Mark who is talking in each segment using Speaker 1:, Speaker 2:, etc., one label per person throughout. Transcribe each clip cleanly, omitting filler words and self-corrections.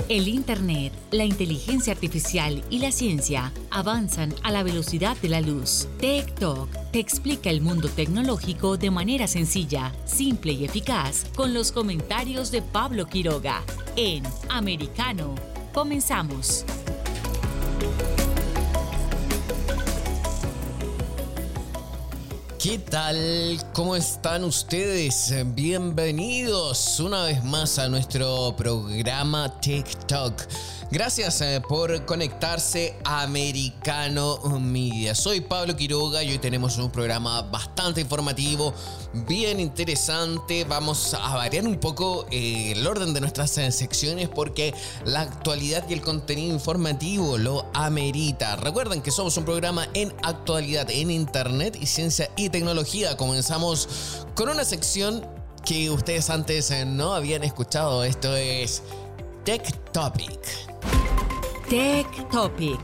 Speaker 1: El Internet, la inteligencia artificial y la ciencia avanzan a la velocidad de la luz. Tech Talk te explica el mundo tecnológico de manera sencilla, simple y eficaz con los comentarios de Pablo Quiroga en Americano. Comenzamos.
Speaker 2: ¿Qué tal? ¿Cómo están ustedes? Bienvenidos una vez más a nuestro programa TikTok. Gracias por conectarse a Americano Media. Soy Pablo Quiroga y hoy tenemos un programa bastante informativo, bien interesante. Vamos a variar un poco el orden de nuestras secciones porque la actualidad y el contenido informativo lo amerita. Recuerden que somos un programa en actualidad, en internet y ciencia y tecnología. Comenzamos con una sección que ustedes antes no habían escuchado. Esto es Tech Topic.
Speaker 1: Tech Topic.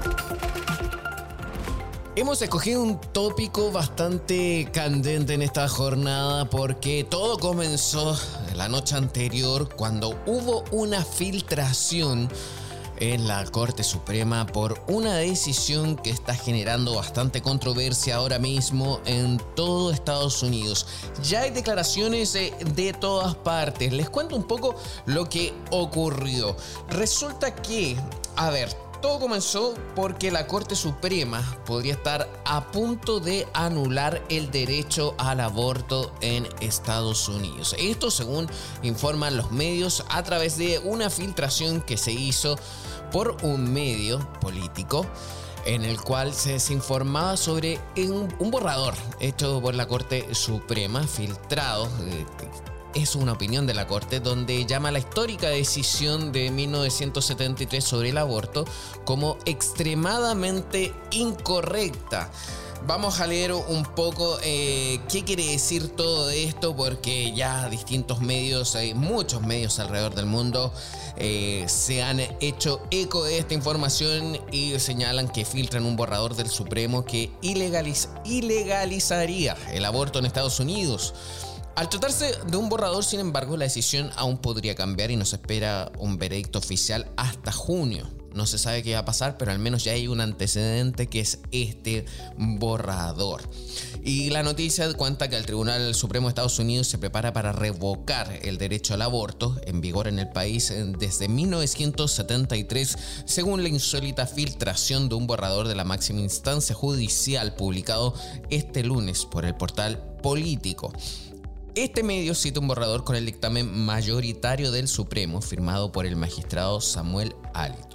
Speaker 2: Hemos escogido un tópico bastante candente en esta jornada porque todo comenzó la noche anterior cuando hubo una filtración en la Corte Suprema por una decisión que está generando bastante controversia ahora mismo en todo Estados Unidos. Ya hay declaraciones de todas partes. Les cuento un poco lo que ocurrió. Resulta que, todo comenzó porque la Corte Suprema podría estar a punto de anular el derecho al aborto en Estados Unidos. Esto según informan los medios a través de una filtración que se hizo por un medio político en el cual se informaba sobre un borrador hecho por la Corte Suprema, filtrado. Es una opinión de la Corte donde llama la histórica decisión de 1973 sobre el aborto como extremadamente incorrecta. Vamos a leer un poco qué quiere decir todo esto porque ya distintos medios, muchos medios alrededor del mundo se han hecho eco de esta información y señalan que filtran un borrador del Supremo que ilegalizaría el aborto en Estados Unidos. Al tratarse de un borrador, sin embargo, la decisión aún podría cambiar y nos espera un veredicto oficial hasta junio. No se sabe qué va a pasar, pero al menos ya hay un antecedente que es este borrador. Y la noticia cuenta que el Tribunal Supremo de Estados Unidos se prepara para revocar el derecho al aborto en vigor en el país desde 1973, según la insólita filtración de un borrador de la máxima instancia judicial publicado este lunes por el portal Político. Este medio cita un borrador con el dictamen mayoritario del Supremo firmado por el magistrado Samuel Alito.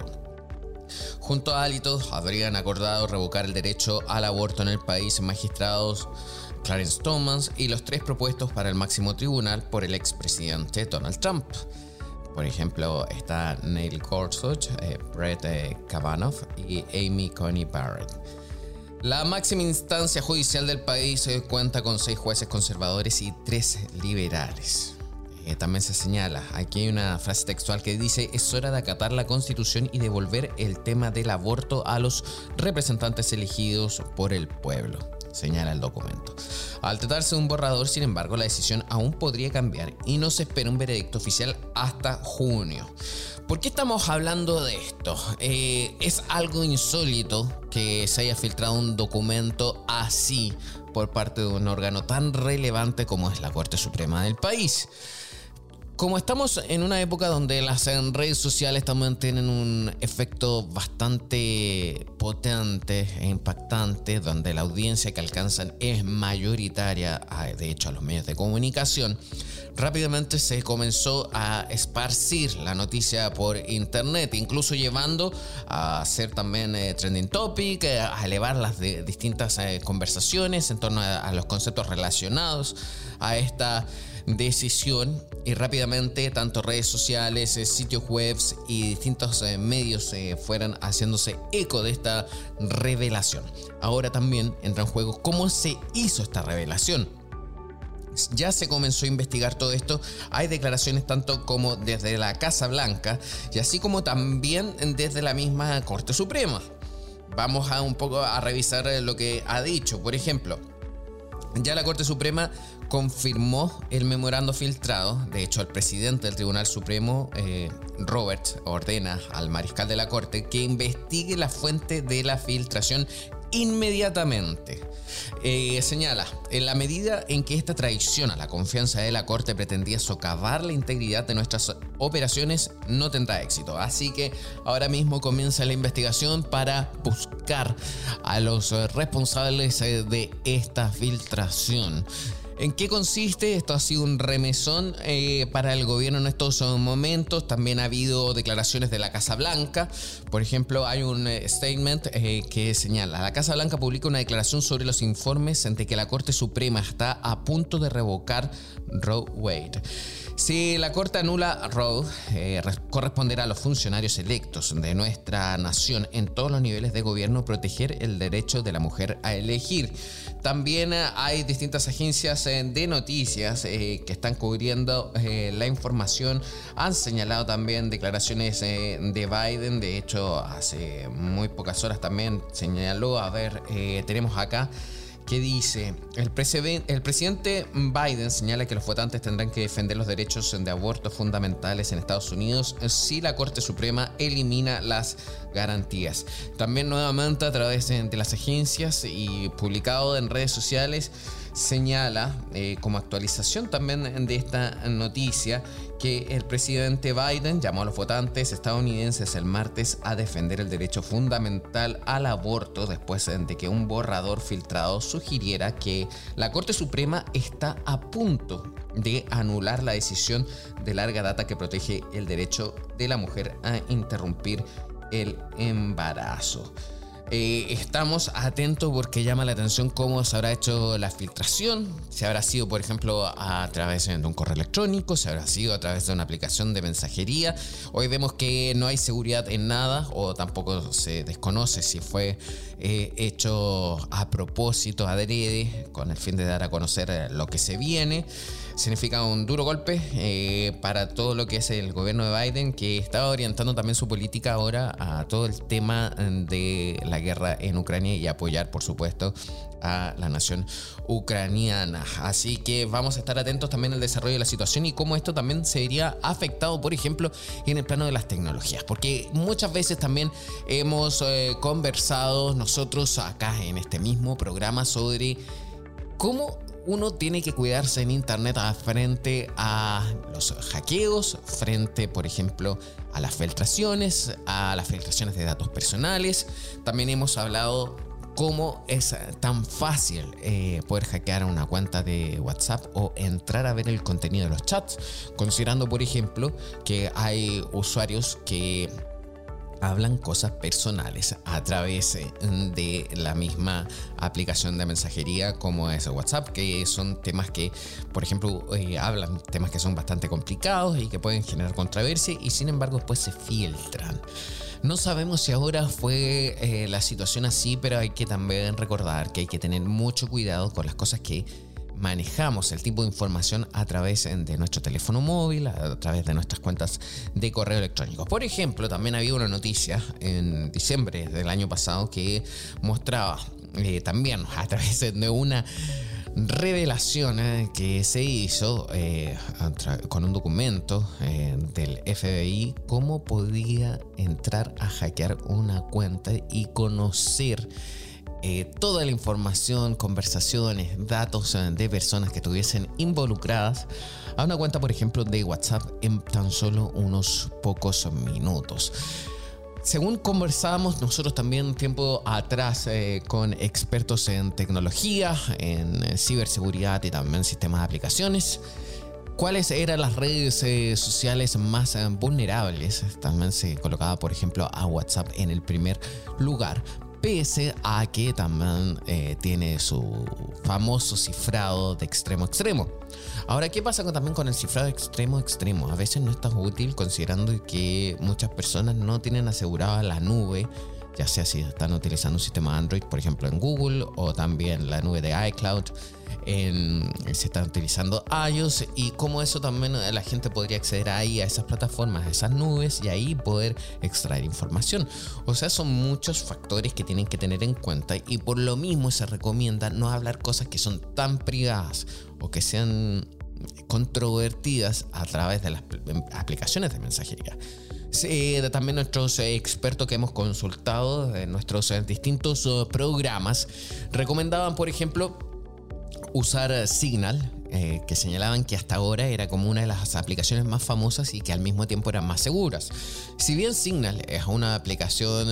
Speaker 2: Junto a Alito habrían acordado revocar el derecho al aborto en el país magistrados Clarence Thomas y los 3 propuestos para el máximo tribunal por el expresidente Donald Trump. Por ejemplo, está Neil Gorsuch, Brett Kavanaugh y Amy Coney Barrett. La máxima instancia judicial del país cuenta con 6 jueces conservadores y 3 liberales. También se señala, aquí hay una frase textual que dice: es hora de acatar la Constitución y devolver el tema del aborto a los representantes elegidos por el pueblo, señala el documento. Al tratarse de un borrador, sin embargo, la decisión aún podría cambiar y no se espera un veredicto oficial hasta junio. ¿Por qué estamos hablando de esto? Es algo insólito que se haya filtrado un documento así por parte de un órgano tan relevante como es la Corte Suprema del país. Como estamos en una época donde las redes sociales también tienen un efecto bastante potente e impactante, donde la audiencia que alcanzan es mayoritaria, de hecho, a los medios de comunicación, rápidamente se comenzó a esparcir la noticia por internet, incluso llevando a ser también trending topic, a elevar las distintas conversaciones en torno a los conceptos relacionados a esta decisión, y rápidamente tanto redes sociales, sitios web y distintos medios fueran haciéndose eco de esta revelación. Ahora también entra en juego cómo se hizo esta revelación. Ya se comenzó a investigar todo esto. Hay declaraciones tanto como desde la Casa Blanca y así como también desde la misma Corte Suprema. Vamos a un poco a revisar lo que ha dicho. Por ejemplo, ya la Corte Suprema confirmó el memorando filtrado. De hecho, el presidente del Tribunal Supremo, Roberts, ordena al mariscal de la Corte que investigue la fuente de la filtración inmediatamente. Señala, en la medida en que esta traiciona la confianza de la Corte, pretendía socavar la integridad de nuestras operaciones, no tendrá éxito. Así que ahora mismo comienza la investigación para buscar a los responsables de esta filtración. ¿En qué consiste? Esto ha sido un remesón para el gobierno en estos momentos. También ha habido declaraciones de la Casa Blanca. Por ejemplo, hay un statement que señala: la Casa Blanca publica una declaración sobre los informes de que la Corte Suprema está a punto de revocar Roe Wade. Si la Corte anula Roe, corresponderá a los funcionarios electos de nuestra nación en todos los niveles de gobierno proteger el derecho de la mujer a elegir. También hay distintas agencias de noticias que están cubriendo la información. Han señalado también declaraciones de Biden. De hecho, hace muy pocas horas también señaló, tenemos acá, que dice: el presidente Biden señala que los votantes tendrán que defender los derechos de aborto fundamentales en Estados Unidos si la Corte Suprema elimina las garantías. También nuevamente a través de las agencias y publicado en redes sociales señala, como actualización también de esta noticia, que el presidente Biden llamó a los votantes estadounidenses el martes a defender el derecho fundamental al aborto después de que un borrador filtrado sugiriera que la Corte Suprema está a punto de anular la decisión de larga data que protege el derecho de la mujer a interrumpir el embarazo. Estamos atentos porque llama la atención cómo se habrá hecho la filtración. Si habrá sido, por ejemplo, a través de un correo electrónico, si habrá sido a través de una aplicación de mensajería. Hoy vemos que no hay seguridad en nada, o tampoco se desconoce si fue hecho a propósito, adrede, con el fin de dar a conocer lo que se viene. Significa un duro golpe para todo lo que es el gobierno de Biden, que está orientando también su política ahora a todo el tema de la guerra en Ucrania y apoyar, por supuesto, a la nación ucraniana. Así que vamos a estar atentos también al desarrollo de la situación y cómo esto también se vería afectado, por ejemplo, en el plano de las tecnologías, porque muchas veces también hemos conversado nosotros acá en este mismo programa sobre cómo uno tiene que cuidarse en internet frente a los hackeos, frente, por ejemplo, a las filtraciones de datos personales. También hemos hablado cómo es tan fácil poder hackear una cuenta de WhatsApp o entrar a ver el contenido de los chats, considerando, por ejemplo, que hay usuarios que hablan cosas personales a través de la misma aplicación de mensajería como es WhatsApp, que son temas que, por ejemplo, hablan temas que son bastante complicados y que pueden generar controversia, y sin embargo después se filtran. No sabemos si ahora fue la situación así, pero hay que también recordar que hay que tener mucho cuidado con las cosas que manejamos, el tipo de información a través de nuestro teléfono móvil, a través de nuestras cuentas de correo electrónico. Por ejemplo, también había una noticia en diciembre del año pasado que mostraba también a través de una revelación que se hizo con un documento del FBI, cómo podía entrar a hackear una cuenta y conocer toda la información, conversaciones, datos de personas que estuviesen involucradas a una cuenta, por ejemplo, de WhatsApp en tan solo unos pocos minutos. Según conversábamos nosotros también un tiempo atrás con expertos en tecnología, en ciberseguridad y también sistemas de aplicaciones, ¿cuáles eran las redes sociales más vulnerables? También se colocaba, por ejemplo, a WhatsApp en el primer lugar, pese a que también tiene su famoso cifrado de extremo a extremo. Ahora, ¿qué pasa también con el cifrado de extremo a extremo? A veces no es tan útil, considerando que muchas personas no tienen asegurada la nube ya sea si están utilizando un sistema Android, por ejemplo en Google, o también la nube de iCloud, si están utilizando iOS, y cómo eso también la gente podría acceder ahí a esas plataformas, a esas nubes, y ahí poder extraer información. O sea, son muchos factores que tienen que tener en cuenta, y por lo mismo se recomienda no hablar cosas que son tan privadas o que sean controvertidas a través de las aplicaciones de mensajería. También nuestros expertos que hemos consultado en nuestros distintos programas recomendaban, por ejemplo, usar Signal, que señalaban que hasta ahora era como una de las aplicaciones más famosas y que al mismo tiempo eran más seguras. Si bien Signal es una aplicación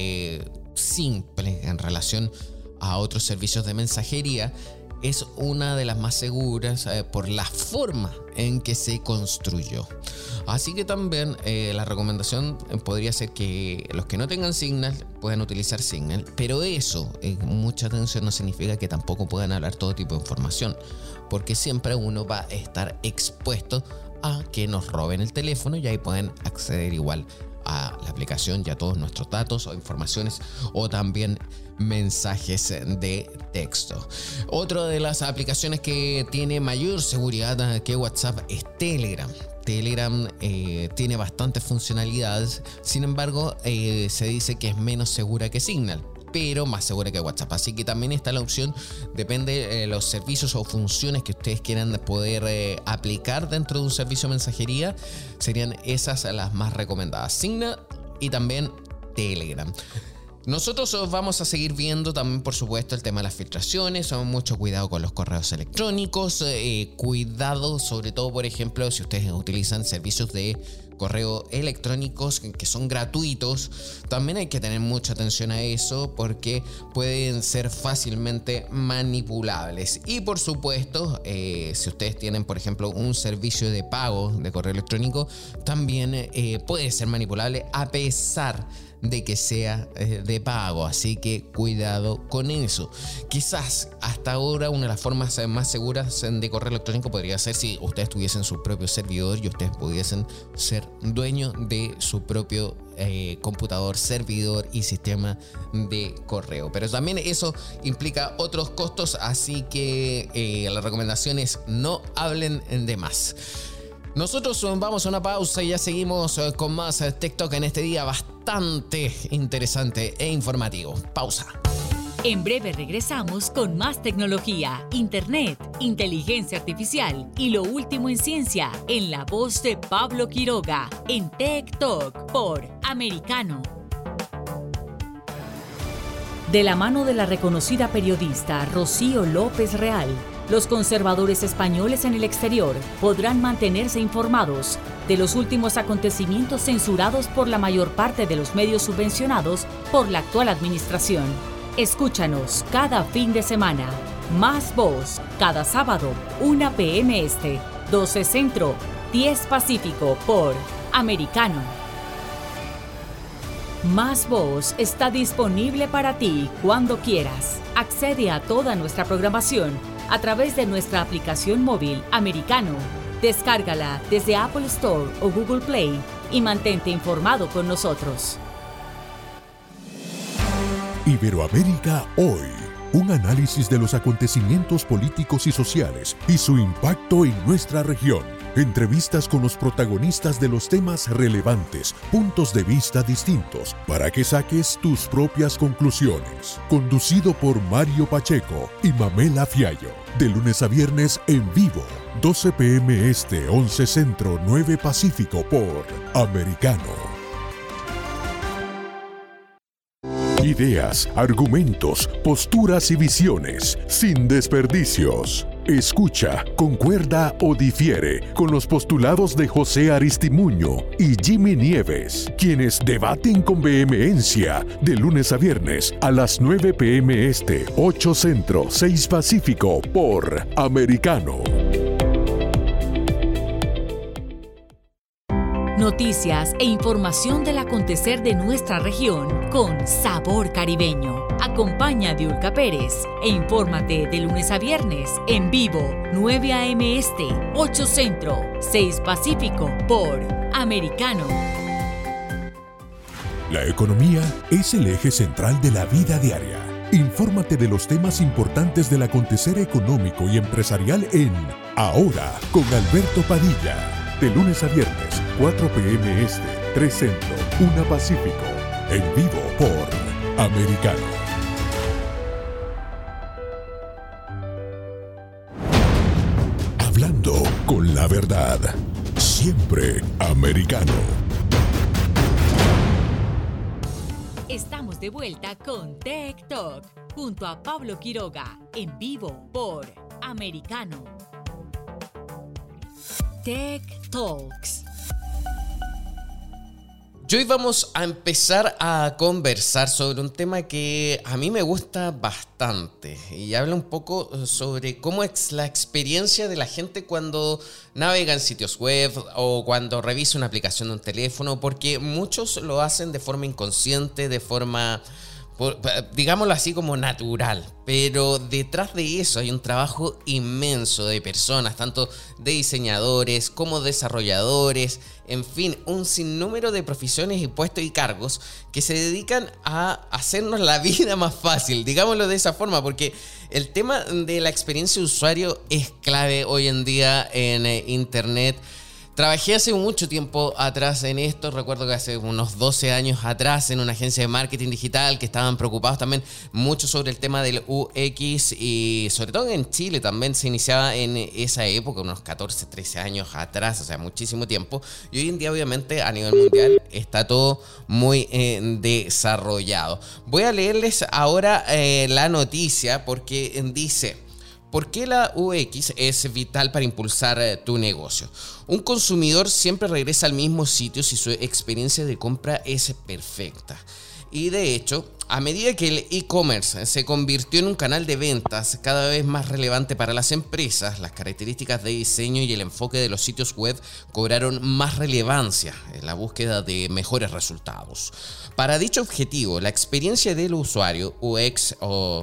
Speaker 2: simple en relación a otros servicios de mensajería, es una de las más seguras por la forma en que se construyó. Así que también la recomendación podría ser que los que no tengan Signal puedan utilizar Signal, pero eso, mucha atención, no significa que tampoco puedan hablar todo tipo de información, porque siempre uno va a estar expuesto a que nos roben el teléfono, y ahí pueden acceder igual a la aplicación y a todos nuestros datos o informaciones, o también mensajes de texto. Otra de las aplicaciones que tiene mayor seguridad que WhatsApp es Telegram. Telegram tiene bastantes funcionalidades, sin embargo se dice que es menos segura que Signal, pero más segura que WhatsApp. Así que también está la opción, depende de los servicios o funciones que ustedes quieran poder aplicar dentro de un servicio de mensajería, serían esas las más recomendadas: Signal y también Telegram. Nosotros vamos a seguir viendo también, por supuesto, el tema de las filtraciones. Mucho cuidado con los correos electrónicos. Cuidado, sobre todo, por ejemplo, si ustedes utilizan servicios de correo electrónicos que son gratuitos. También hay que tener mucha atención a eso, porque pueden ser fácilmente manipulables. Y por supuesto, si ustedes tienen, por ejemplo, un servicio de pago de correo electrónico, también puede ser manipulable a pesar de que sea de pago. Así que cuidado con eso. Quizás hasta ahora una de las formas más seguras de correo electrónico podría ser si ustedes tuviesen su propio servidor y ustedes pudiesen ser dueños de su propio computador, servidor y sistema de correo. Pero también eso implica otros costos, así que la recomendación es no hablen de más. Nosotros vamos a una pausa y ya seguimos con más TikTok en este día bastante interesante e informativo. Pausa.
Speaker 1: En breve regresamos con más tecnología, internet, inteligencia artificial y lo último en ciencia, en la voz de Pablo Quiroga, en TikTok por Americano. De la mano de la reconocida periodista Rocío López Real, los conservadores españoles en el exterior podrán mantenerse informados de los últimos acontecimientos censurados por la mayor parte de los medios subvencionados por la actual administración. Escúchanos cada fin de semana. Más Voz, cada sábado, 1 p.m. Este, 12 Centro, 10 Pacífico por Americano. Más Voz está disponible para ti cuando quieras. Accede a toda nuestra programación a través de nuestra aplicación móvil Americano. Descárgala desde Apple Store o Google Play y mantente informado con nosotros.
Speaker 3: Iberoamérica Hoy. Un análisis de los acontecimientos políticos y sociales y su impacto en nuestra región. Entrevistas con los protagonistas de los temas relevantes, puntos de vista distintos, para que saques tus propias conclusiones. Conducido por Mario Pacheco y Mamela Fiallo. De lunes a viernes en vivo, 12 p.m. Este, 11 Centro, 9 Pacífico por Americano. Ideas, argumentos, posturas y visiones, sin desperdicios. Escucha, concuerda o difiere con los postulados de José Aristimuño y Jimmy Nieves, quienes debaten con vehemencia de lunes a viernes a las 9 p.m. Este, 8 Centro, 6 Pacífico por Americano.
Speaker 1: Noticias e información del acontecer de nuestra región con sabor caribeño. Acompaña a Diulca Pérez e infórmate de lunes a viernes en vivo, 9 a.m. Este, 8 Centro, 6 Pacífico por Americano.
Speaker 3: La economía es el eje central de la vida diaria. Infórmate de los temas importantes del acontecer económico y empresarial en Ahora con Alberto Padilla. De lunes a viernes, 4 p.m. Este, 3 Centro, 1 Pacífico. En vivo por Americano. Hablando con la verdad. Siempre Americano.
Speaker 1: Estamos de vuelta con Tech Talk, junto a Pablo Quiroga, en vivo por Americano. Tech Talks.
Speaker 2: Y hoy vamos a empezar a conversar sobre un tema que a mí me gusta bastante y habla un poco sobre cómo es la experiencia de la gente cuando navega en sitios web o cuando revisa una aplicación de un teléfono, porque muchos lo hacen de forma inconsciente, de forma, digámoslo así, como natural, pero detrás de eso hay un trabajo inmenso de personas, tanto de diseñadores como desarrolladores, en fin, un sinnúmero de profesiones y puestos y cargos que se dedican a hacernos la vida más fácil, digámoslo de esa forma, porque el tema de la experiencia de usuario es clave hoy en día en Internet. Trabajé hace mucho tiempo atrás en esto, recuerdo que hace unos 12 años atrás en una agencia de marketing digital que estaban preocupados también mucho sobre el tema del UX y sobre todo en Chile también se iniciaba en esa época, unos 14, 13 años atrás, o sea, muchísimo tiempo. Y hoy en día obviamente a nivel mundial está todo muy desarrollado. Voy a leerles ahora la noticia porque dice: ¿por qué la UX es vital para impulsar tu negocio? Un consumidor siempre regresa al mismo sitio si su experiencia de compra es perfecta. Y de hecho, a medida que el e-commerce se convirtió en un canal de ventas cada vez más relevante para las empresas, las características de diseño y el enfoque de los sitios web cobraron más relevancia en la búsqueda de mejores resultados. Para dicho objetivo, la experiencia del usuario, UX o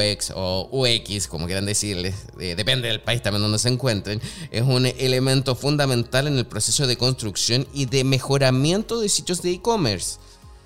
Speaker 2: UX, como quieran decirles, depende del país también donde se encuentren, es un elemento fundamental en el proceso de construcción y de mejoramiento de sitios de e-commerce.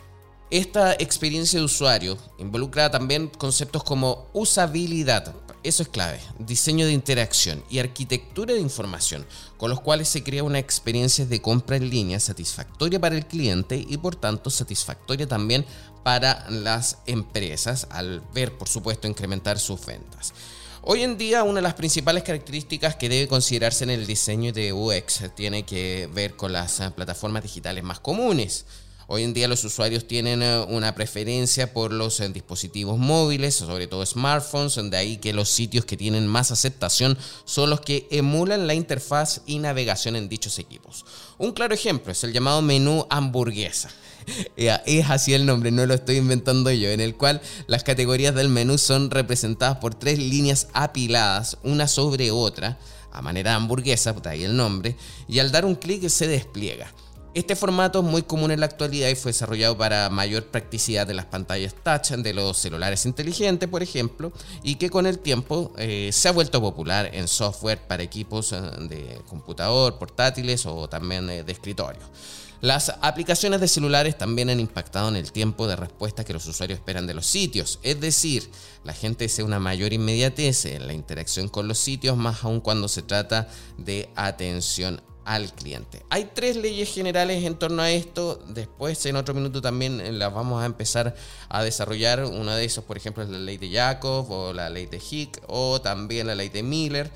Speaker 2: Esta experiencia de usuario involucra también conceptos como usabilidad, eso es clave, diseño de interacción y arquitectura de información, con los cuales se crea una experiencia de compra en línea satisfactoria para el cliente y por tanto satisfactoria también para las empresas al ver, por supuesto, incrementar sus ventas. Hoy en día, una de las principales características que debe considerarse en el diseño de UX tiene que ver con las plataformas digitales más comunes. Hoy en día los usuarios tienen una preferencia por los dispositivos móviles, sobre todo smartphones, de ahí que los sitios que tienen más aceptación son los que emulan la interfaz y navegación en dichos equipos. Un claro ejemplo es el llamado menú hamburguesa. Es así el nombre, no lo estoy inventando yo, en el cual las categorías del menú son representadas por 3 líneas apiladas, una sobre otra, a manera de hamburguesa, de ahí el nombre, y al dar un clic se despliega. Este formato es muy común en la actualidad y fue desarrollado para mayor practicidad de las pantallas touch de los celulares inteligentes, por ejemplo, y que con el tiempo se ha vuelto popular en software para equipos de computador, portátiles o también de escritorio. Las aplicaciones de celulares también han impactado en el tiempo de respuesta que los usuarios esperan de los sitios, es decir, la gente desea una mayor inmediatez en la interacción con los sitios, más aún cuando se trata de atención al cliente. Hay 3 leyes generales en torno a esto. Después en otro minuto también las vamos a empezar a desarrollar. Una de esas, por ejemplo, es la ley de Jacob o la ley de Hick o también la ley de Miller,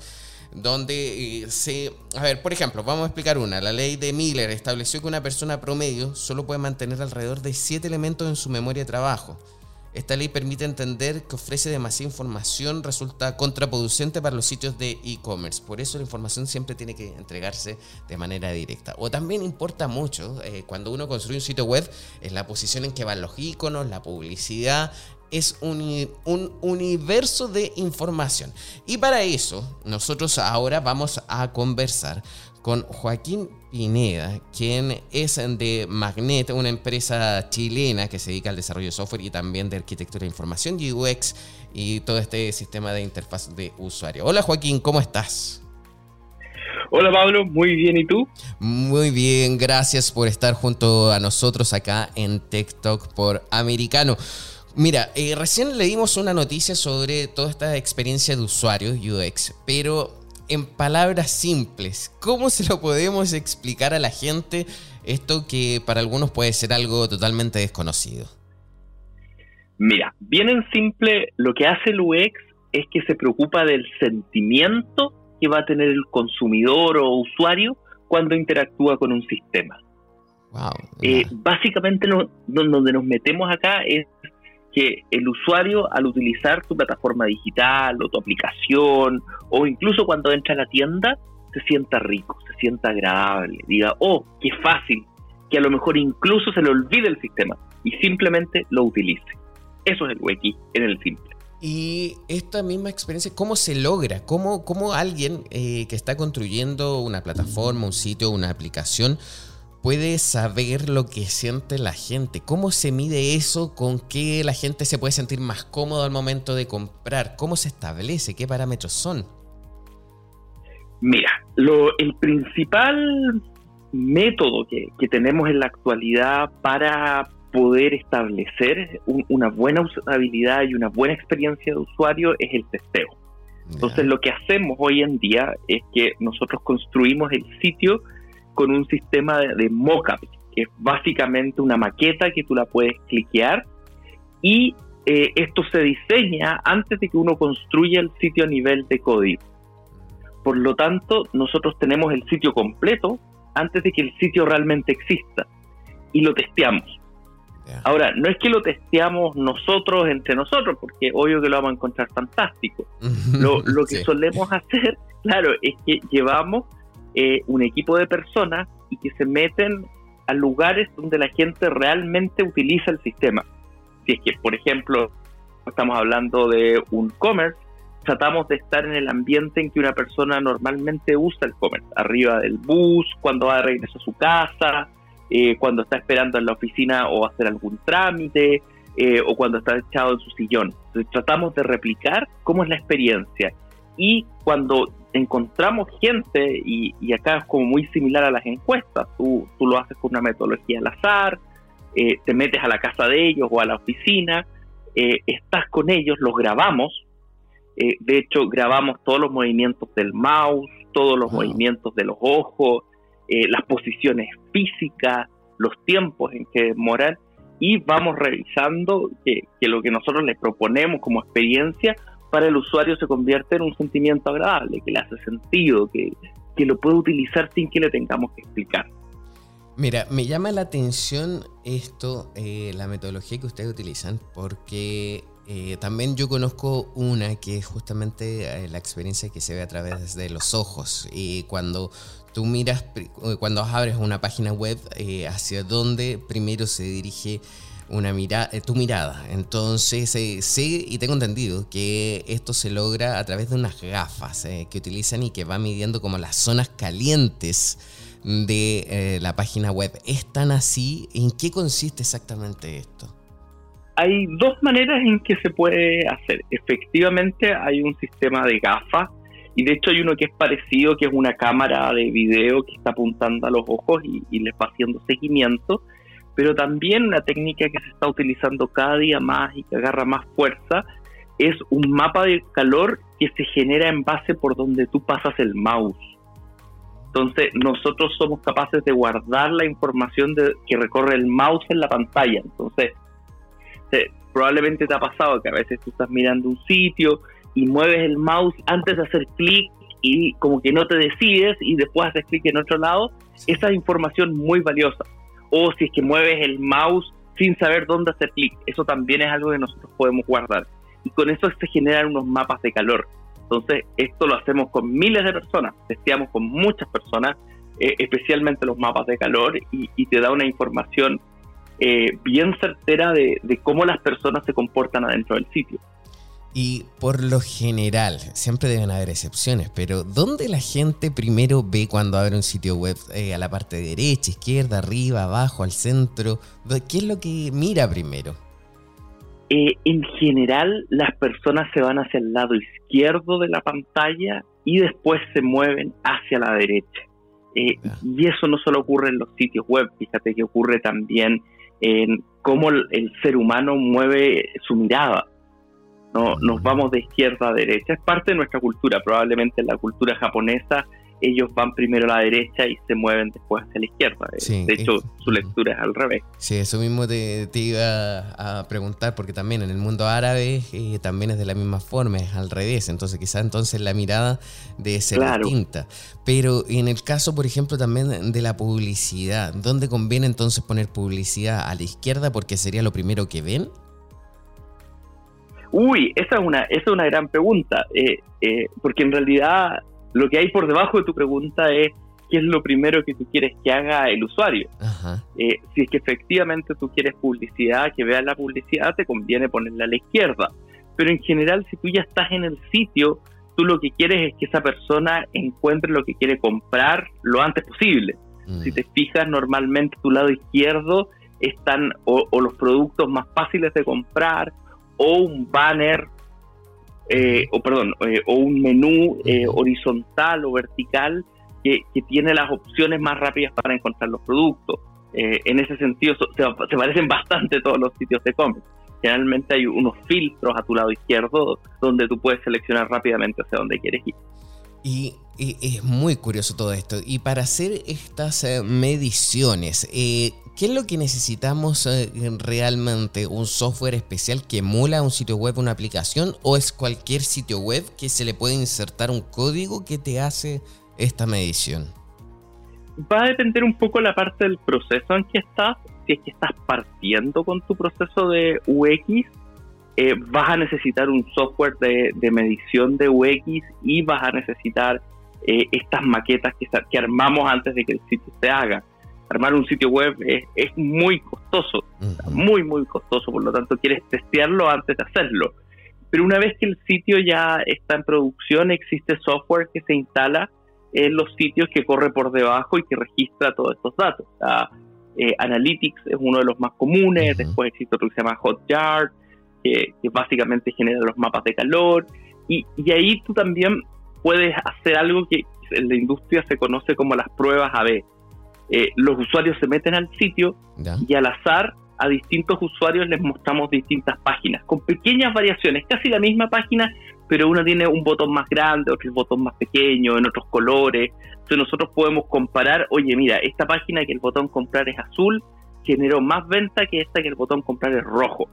Speaker 2: donde por ejemplo, vamos a explicar una. La ley de Miller estableció que una persona promedio solo puede mantener alrededor de 7 elementos en su memoria de trabajo. Esta ley permite entender que ofrece demasiada información, resulta contraproducente para los sitios de e-commerce. Por eso la información siempre tiene que entregarse de manera directa. O también importa mucho cuando uno construye un sitio web, es la posición en que van los iconos, la publicidad. Es un universo de información. Y para eso, nosotros ahora vamos a conversar con Joaquín Pineda, quien es de Magnet, una empresa chilena que se dedica al desarrollo de software y también de arquitectura de información, UX y todo este sistema de interfaz de usuario. Hola Joaquín, ¿cómo estás?
Speaker 4: Hola Pablo, muy bien, ¿y tú?
Speaker 2: Muy bien, gracias por estar junto a nosotros acá en Tech Talk por Americano. Mira, recién leímos una noticia sobre toda esta experiencia de usuario UX, pero en palabras simples, ¿cómo se lo podemos explicar a la gente esto que para algunos puede ser algo totalmente desconocido?
Speaker 4: Mira, bien en simple, lo que hace el UX es que se preocupa del sentimiento que va a tener el consumidor o usuario cuando interactúa con un sistema.
Speaker 2: Wow.
Speaker 4: Básicamente donde nos metemos acá es que el usuario, al utilizar tu plataforma digital o tu aplicación, o incluso cuando entra a la tienda, se sienta rico, se sienta agradable, diga, oh, qué fácil, que a lo mejor incluso se le olvide el sistema y simplemente lo utilice. Eso es el UX en el simple.
Speaker 2: Y esta misma experiencia, ¿cómo se logra? ¿Cómo alguien que está construyendo una plataforma, un sitio, una aplicación, puede saber lo que siente la gente? ¿Cómo se mide eso? ¿Con qué la gente se puede sentir más cómodo al momento de comprar? ¿Cómo se establece? ¿Qué parámetros son?
Speaker 4: Mira, el principal método que tenemos en la actualidad para poder establecer una buena usabilidad y una buena experiencia de usuario es el testeo. Entonces, lo que hacemos hoy en día es que nosotros construimos el sitio con un sistema de mock-up, que es básicamente una maqueta que tú la puedes cliquear, y esto se diseña antes de que uno construya el sitio a nivel de código. Por lo tanto, nosotros tenemos el sitio completo antes de que el sitio realmente exista, y lo testeamos. Ahora, no es que lo testeamos nosotros entre nosotros, porque obvio que lo vamos a encontrar fantástico. Lo que solemos hacer, claro, es que llevamos un equipo de personas y que se meten a lugares donde la gente realmente utiliza el sistema. Si es que, por ejemplo, estamos hablando de un commerce, tratamos de estar en el ambiente en que una persona normalmente usa el commerce, arriba del bus, cuando va de regreso a su casa, cuando está esperando en la oficina o hacer algún trámite, o cuando está echado en su sillón. Entonces, tratamos de replicar cómo es la experiencia. Y cuando encontramos gente, y acá es como muy similar a las encuestas, tú lo haces con una metodología al azar, te metes a la casa de ellos o a la oficina, estás con ellos, los grabamos. De hecho, grabamos todos los movimientos del mouse, todos los movimientos de los ojos, las posiciones físicas, los tiempos en que demoran, y vamos revisando que lo que nosotros les proponemos como experiencia para el usuario se convierte en un sentimiento agradable, que le hace sentido, que lo puede utilizar sin que le tengamos que explicar.
Speaker 2: Mira, me llama la atención esto, la metodología que ustedes utilizan, porque también yo conozco una que es justamente la experiencia que se ve a través de los ojos. Y cuando tú miras, cuando abres una página web, hacia dónde primero se dirige tu mirada. Entonces sé y tengo entendido que esto se logra a través de unas gafas que utilizan y que va midiendo como las zonas calientes de la página web. ¿Es tan así? ¿En qué consiste exactamente esto?
Speaker 4: Hay dos maneras en que se puede hacer. Efectivamente hay un sistema de gafas, y de hecho hay uno que es parecido, que es una cámara de video que está apuntando a los ojos y les va haciendo seguimiento. Pero también una técnica que se está utilizando cada día más y que agarra más fuerza es un mapa de calor que se genera en base por donde tú pasas el mouse. Entonces nosotros somos capaces de guardar la información que recorre el mouse en la pantalla. Entonces probablemente te ha pasado que a veces tú estás mirando un sitio y mueves el mouse antes de hacer clic y como que no te decides y después haces clic en otro lado. Esa es información muy valiosa. O si es que mueves el mouse sin saber dónde hacer clic, eso también es algo que nosotros podemos guardar. Y con eso se generan unos mapas de calor. Entonces, esto lo hacemos con miles de personas, testeamos con muchas personas, especialmente los mapas de calor, y te da una información bien certera de cómo las personas se comportan adentro del sitio.
Speaker 2: Y por lo general, siempre deben haber excepciones, pero ¿dónde la gente primero ve cuando abre un sitio web? ¿A la parte derecha, izquierda, arriba, abajo, al centro? ¿Qué es lo que mira primero?
Speaker 4: En general, las personas se van hacia el lado izquierdo de la pantalla y después se mueven hacia la derecha. Y eso no solo ocurre en los sitios web, fíjate que ocurre también en cómo el ser humano mueve su mirada. ¿No? Nos vamos de izquierda a derecha, es parte de nuestra cultura. Probablemente en la cultura japonesa ellos van primero a la derecha y se mueven después hacia la izquierda.
Speaker 2: Sí,
Speaker 4: de hecho, su lectura es al revés.
Speaker 2: Sí, eso mismo te iba a preguntar, porque también en el mundo árabe también es de la misma forma, es al revés. Entonces quizás la mirada debe ser distinta. Pero en el caso, por ejemplo, también de la publicidad, ¿dónde conviene entonces poner publicidad? ¿A la izquierda porque sería lo primero que ven?
Speaker 4: Uy, esa es una gran pregunta, porque en realidad lo que hay por debajo de tu pregunta es qué es lo primero que tú quieres que haga el usuario. Si es que efectivamente tú quieres publicidad, que veas la publicidad, te conviene ponerla a la izquierda. Pero en general, si tú ya estás en el sitio, tú lo que quieres es que esa persona encuentre lo que quiere comprar lo antes posible. Si te fijas, normalmente tu lado izquierdo están o los productos más fáciles de comprar, o un banner, o un menú horizontal o vertical que tiene las opciones más rápidas para encontrar los productos. En ese sentido, se parecen bastante todos los sitios de cómics. Generalmente hay unos filtros a tu lado izquierdo donde tú puedes seleccionar rápidamente hacia dónde quieres ir.
Speaker 2: Y es muy curioso todo esto. Y para hacer estas mediciones, ¿qué es lo que necesitamos realmente? ¿Un software especial que emula un sitio web, una aplicación? ¿O es cualquier sitio web que se le puede insertar un código que te hace esta medición?
Speaker 4: Va a depender un poco la parte del proceso en que estás. Si es que estás partiendo con tu proceso de UX, vas a necesitar un software de medición de UX y vas a necesitar estas maquetas que armamos antes de que el sitio se haga. Armar un sitio web es muy costoso, muy, muy costoso, por lo tanto quieres testearlo antes de hacerlo. Pero una vez que el sitio ya está en producción, existe software que se instala en los sitios que corre por debajo y que registra todos estos datos. Analytics es uno de los más comunes, después existe otro que se llama Hotjar, que básicamente genera los mapas de calor, y ahí tú también puedes hacer algo que en la industria se conoce como las pruebas A/B. Los usuarios se meten al sitio y al azar a distintos usuarios les mostramos distintas páginas, con pequeñas variaciones, casi la misma página, pero una tiene un botón más grande, otro el botón más pequeño, en otros colores. Entonces nosotros podemos comparar, oye, mira, esta página que el botón comprar es azul, generó más venta que esta que el botón comprar es rojo.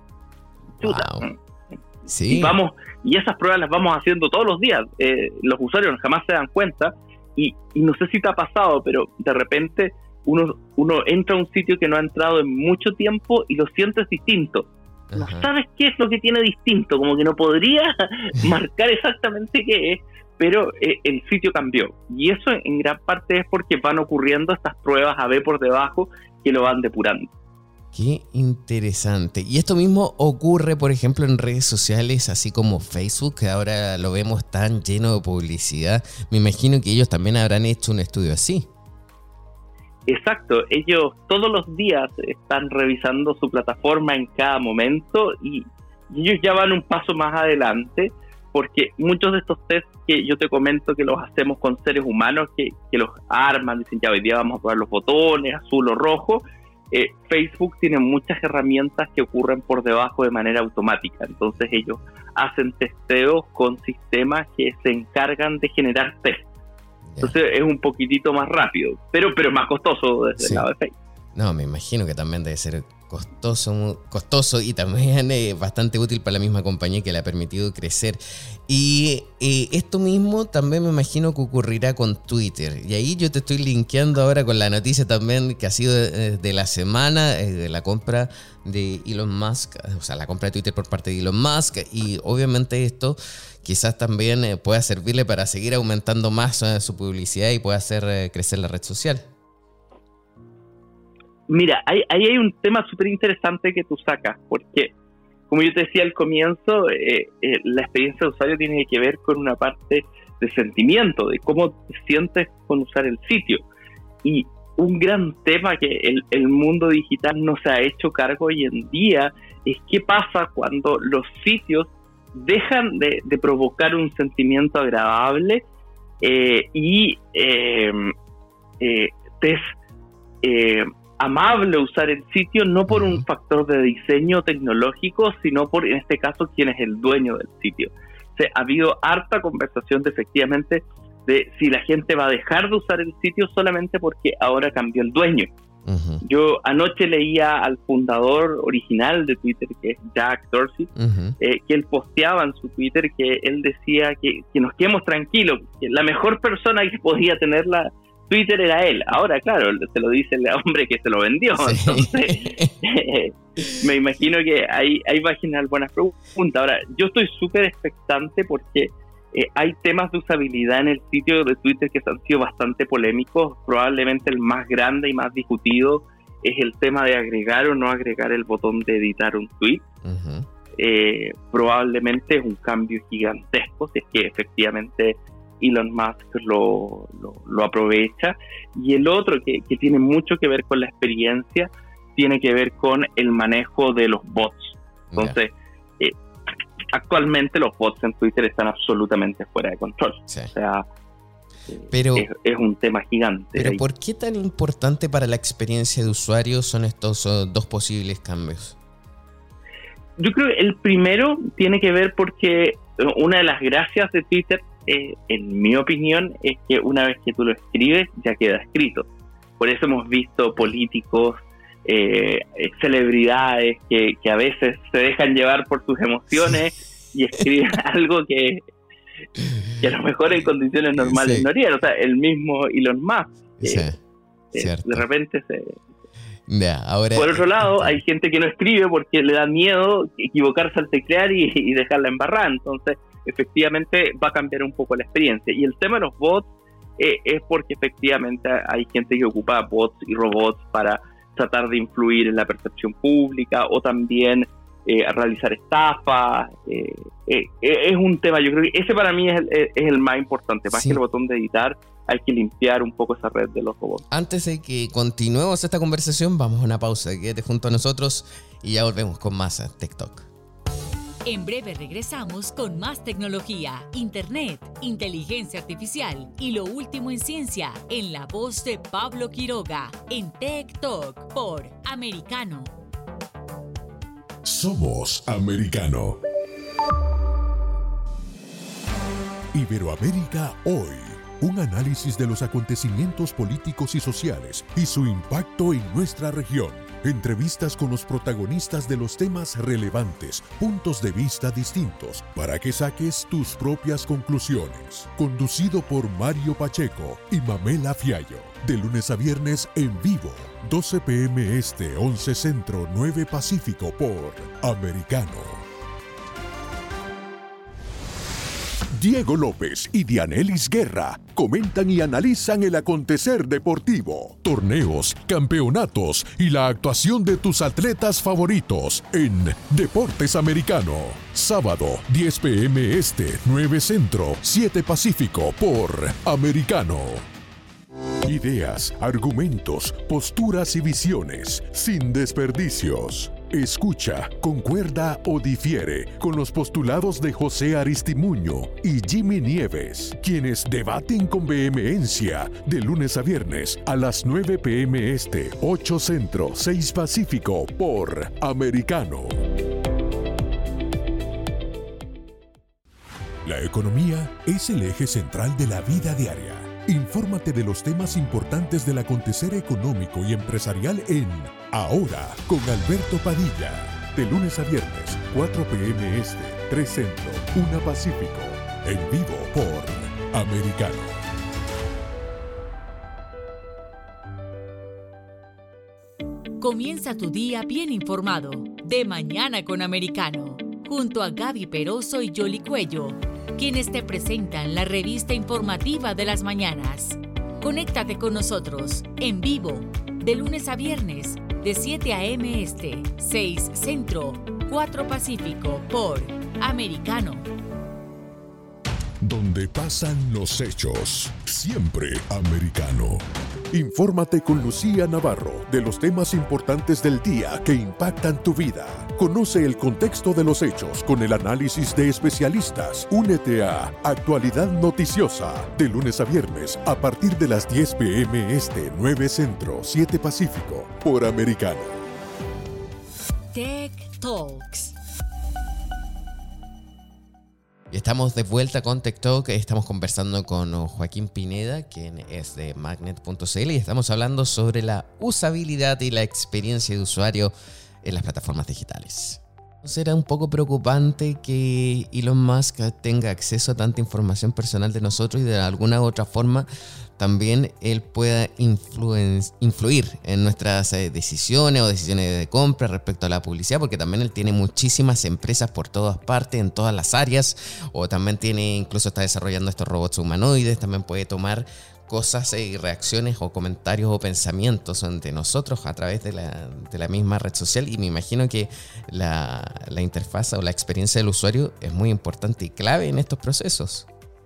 Speaker 2: Wow. Sí.
Speaker 4: Y esas pruebas las vamos haciendo todos los días. Los usuarios jamás se dan cuenta y no sé si te ha pasado, pero de repente uno entra a un sitio que no ha entrado en mucho tiempo y lo sientes distinto. No sabes qué es lo que tiene distinto, como que no podría marcar exactamente qué es, pero el sitio cambió. Y eso en gran parte es porque van ocurriendo estas pruebas A/B por debajo que lo van depurando.
Speaker 2: Qué interesante. Y esto mismo ocurre, por ejemplo, en redes sociales, así como Facebook, que ahora lo vemos tan lleno de publicidad. Me imagino que ellos también habrán hecho un estudio así.
Speaker 4: Exacto. Ellos todos los días están revisando su plataforma en cada momento y ellos ya van un paso más adelante, porque muchos de estos tests que yo te comento que los hacemos con seres humanos que los arman, dicen ya hoy día vamos a probar los botones, azul o rojo. Facebook tiene muchas herramientas que ocurren por debajo de manera automática. Entonces ellos hacen testeos con sistemas que se encargan de generar test. Entonces es un poquitito más rápido, pero más costoso desde el lado de Facebook.
Speaker 2: No, me imagino que también debe ser costoso y también bastante útil para la misma compañía que le ha permitido crecer. Y esto mismo también me imagino que ocurrirá con Twitter. Y ahí yo te estoy linkeando ahora con la noticia también que ha sido de la semana, de la compra de Elon Musk, o sea, la compra de Twitter por parte de Elon Musk. Y obviamente esto quizás también pueda servirle para seguir aumentando más su publicidad y pueda hacer crecer la red social.
Speaker 4: Mira, ahí hay un tema súper interesante que tú sacas, porque como yo te decía al comienzo, la experiencia de usuario tiene que ver con una parte de sentimiento, de cómo te sientes con usar el sitio. Y un gran tema que el mundo digital no se ha hecho cargo hoy en día es qué pasa cuando los sitios dejan de provocar un sentimiento agradable y te es amable usar el sitio, no por un factor de diseño tecnológico, sino por, en este caso, quién es el dueño del sitio. O sea, ha habido harta conversación efectivamente de si la gente va a dejar de usar el sitio solamente porque ahora cambió el dueño. Yo anoche leía al fundador original de Twitter, que es Jack Dorsey, que él posteaba en su Twitter que él decía que nos quedemos tranquilos, que la mejor persona que podía tener Twitter era él. Ahora, claro, se lo dice el hombre que se lo vendió. Sí. Entonces, me imagino que ahí va a generar buenas preguntas. Ahora, yo estoy súper expectante porque hay temas de usabilidad en el sitio de Twitter que han sido bastante polémicos. Probablemente el más grande y más discutido es el tema de agregar o no agregar el botón de editar un tweet. Probablemente es un cambio gigantesco, si es que efectivamente Elon Musk lo aprovecha. Y el otro que tiene mucho que ver con la experiencia tiene que ver con el manejo de los bots. Entonces, actualmente los bots en Twitter están absolutamente fuera de control. Sí. O sea, pero, es un tema gigante.
Speaker 2: Pero
Speaker 4: ahí.
Speaker 2: ¿Por qué tan importante para la experiencia de usuario son estos dos posibles cambios?
Speaker 4: Yo creo que el primero tiene que ver porque una de las gracias de Twitter, en mi opinión, es que una vez que tú lo escribes, ya queda escrito. Por eso hemos visto políticos, celebridades que a veces se dejan llevar por sus emociones y escriben algo que a lo mejor en condiciones normales no harían. O sea, el mismo Elon Musk, de repente ahora, por otro lado, hay gente que no escribe porque le da miedo equivocarse al teclear y dejarla embarrada. Entonces, efectivamente, va a cambiar un poco la experiencia. Y el tema de los bots es porque efectivamente hay gente que ocupa bots y robots para tratar de influir en la percepción pública o también realizar estafas. Es un tema, yo creo que ese para mí es el más importante. Más que el botón de editar, hay que limpiar un poco esa red de los robots.
Speaker 2: Antes de que continuemos esta conversación, vamos a una pausa. Quédate junto a nosotros y ya volvemos con más TikTok.
Speaker 1: En breve regresamos con más tecnología, internet, inteligencia artificial y lo último en ciencia en la voz de Pablo Quiroga en Tech Talk por Americano.
Speaker 3: Somos Americano. Iberoamérica hoy. Un análisis de los acontecimientos políticos y sociales y su impacto en nuestra región. Entrevistas con los protagonistas de los temas relevantes, puntos de vista distintos, para que saques tus propias conclusiones. Conducido por Mario Pacheco y Mamela Fiallo. De lunes a viernes en vivo, 12 p.m. Este, 11 Centro, 9 Pacífico por Americano. Diego López y Dianelis Guerra comentan y analizan el acontecer deportivo, torneos, campeonatos y la actuación de tus atletas favoritos en Deportes Americano. Sábado, 10 p.m. Este, 9 Centro, 7 Pacífico por Americano. Ideas, argumentos, posturas y visiones, sin desperdicios. Escucha, concuerda o difiere con los postulados de José Aristimuño y Jimmy Nieves, quienes debaten con vehemencia de lunes a viernes a las 9 p.m. Este, 8 Centro, 6 Pacífico por Americano. La economía es el eje central de la vida diaria. Infórmate de los temas importantes del acontecer económico y empresarial en Ahora con Alberto Padilla. De lunes a viernes, 4 p.m. Este, 3 Centro, 1 Pacífico. En vivo por Americano.
Speaker 1: Comienza tu día bien informado. De Mañana con Americano. Junto a Gaby Peroso y Yoli Cuello, quienes te presentan la revista informativa de las mañanas. Conéctate con nosotros en vivo de lunes a viernes de 7 a.m. Este, 6 Centro, 4 Pacífico por Americano.
Speaker 3: Donde pasan los hechos, siempre Americano. Infórmate con Lucía Navarro de los temas importantes del día que impactan tu vida. Conoce el contexto de los hechos con el análisis de especialistas. Únete a Actualidad Noticiosa de lunes a viernes a partir de las 10 p.m. Este, 9 Centro, 7 Pacífico, por Americano.
Speaker 1: Tech Talks.
Speaker 2: Y estamos de vuelta con Tech Talk. Estamos conversando con Joaquín Pineda, quien es de Magnet.cl, y estamos hablando sobre la usabilidad y la experiencia de usuario en las plataformas digitales. ¿Será un poco preocupante que Elon Musk tenga acceso a tanta información personal de nosotros y de alguna u otra forma también él pueda influir en nuestras decisiones o decisiones de compra respecto a la publicidad? Porque también él tiene muchísimas empresas por todas partes, en todas las áreas, o también incluso está desarrollando estos robots humanoides, también puede tomar cosas y reacciones o comentarios o pensamientos de nosotros a través de la misma red social, y me imagino que la interfaz o la experiencia del usuario es muy importante y clave en estos procesos.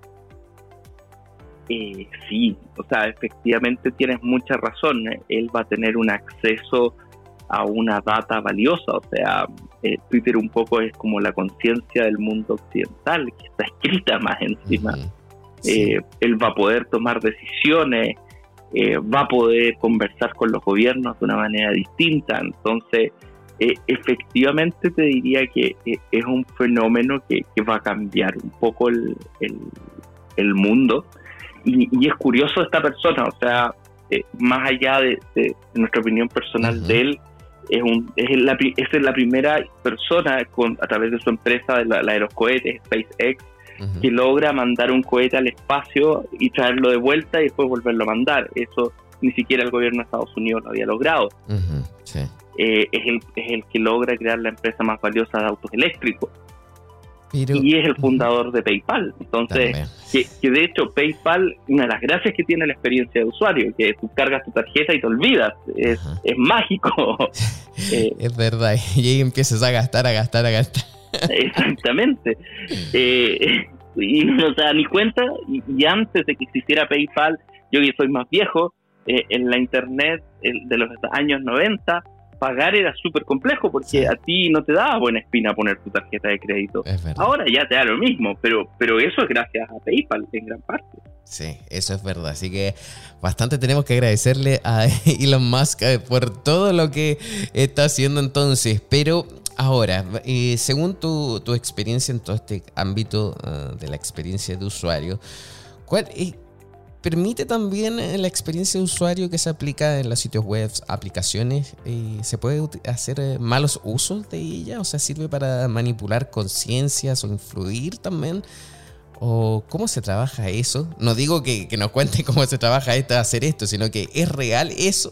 Speaker 4: Sí, o sea, efectivamente tienes mucha razón. Él va a tener un acceso a una data valiosa, o sea, Twitter un poco es como la conciencia del mundo occidental, que está escrita más encima. Sí. Él va a poder tomar decisiones, va a poder conversar con los gobiernos de una manera distinta. Entonces, efectivamente te diría que es un fenómeno que va a cambiar un poco el mundo. Y es curioso esta persona, o sea, más allá de nuestra opinión personal de él, es la primera persona a través de su empresa, de la de los cohetes, SpaceX, que logra mandar un cohete al espacio y traerlo de vuelta y después volverlo a mandar. Eso ni siquiera el gobierno de Estados Unidos lo había logrado. Sí. Es el que logra crear la empresa más valiosa de autos eléctricos. Y es el fundador de PayPal. Entonces, que de hecho PayPal, una de las gracias que tiene la experiencia de usuario, que tú cargas tu tarjeta y te olvidas, es mágico.
Speaker 2: Es verdad, y ahí empiezas a gastar.
Speaker 4: Exactamente. Y no se da ni cuenta, y antes de que existiera PayPal, yo que soy más viejo, en la internet de los años 90, pagar era súper complejo porque a ti no te daba buena espina poner tu tarjeta de crédito. Ahora ya te da lo mismo, pero eso es gracias a PayPal en gran parte.
Speaker 2: Sí, eso es verdad. Así que bastante tenemos que agradecerle a Elon Musk por todo lo que está haciendo entonces. Pero ahora, según tu experiencia en todo este ámbito de la experiencia de usuario, ¿cuál permite también la experiencia de usuario que se aplica en los sitios web, aplicaciones? ¿Se puede hacer malos usos de ella? O sea, ¿sirve para manipular conciencias o influir también? ¿O cómo se trabaja eso? No digo que nos cuente cómo se trabaja hacer esto, sino que ¿es real eso?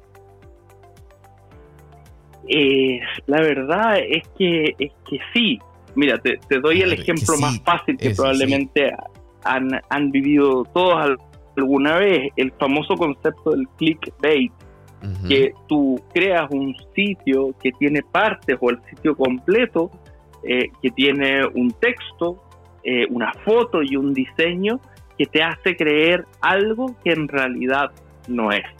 Speaker 4: La verdad es que sí. Mira, te doy el ejemplo más fácil que probablemente han vivido todos alguna vez, el famoso concepto del clickbait, que tú creas un sitio que tiene partes o el sitio completo que tiene un texto, una foto y un diseño que te hace creer algo que en realidad no es.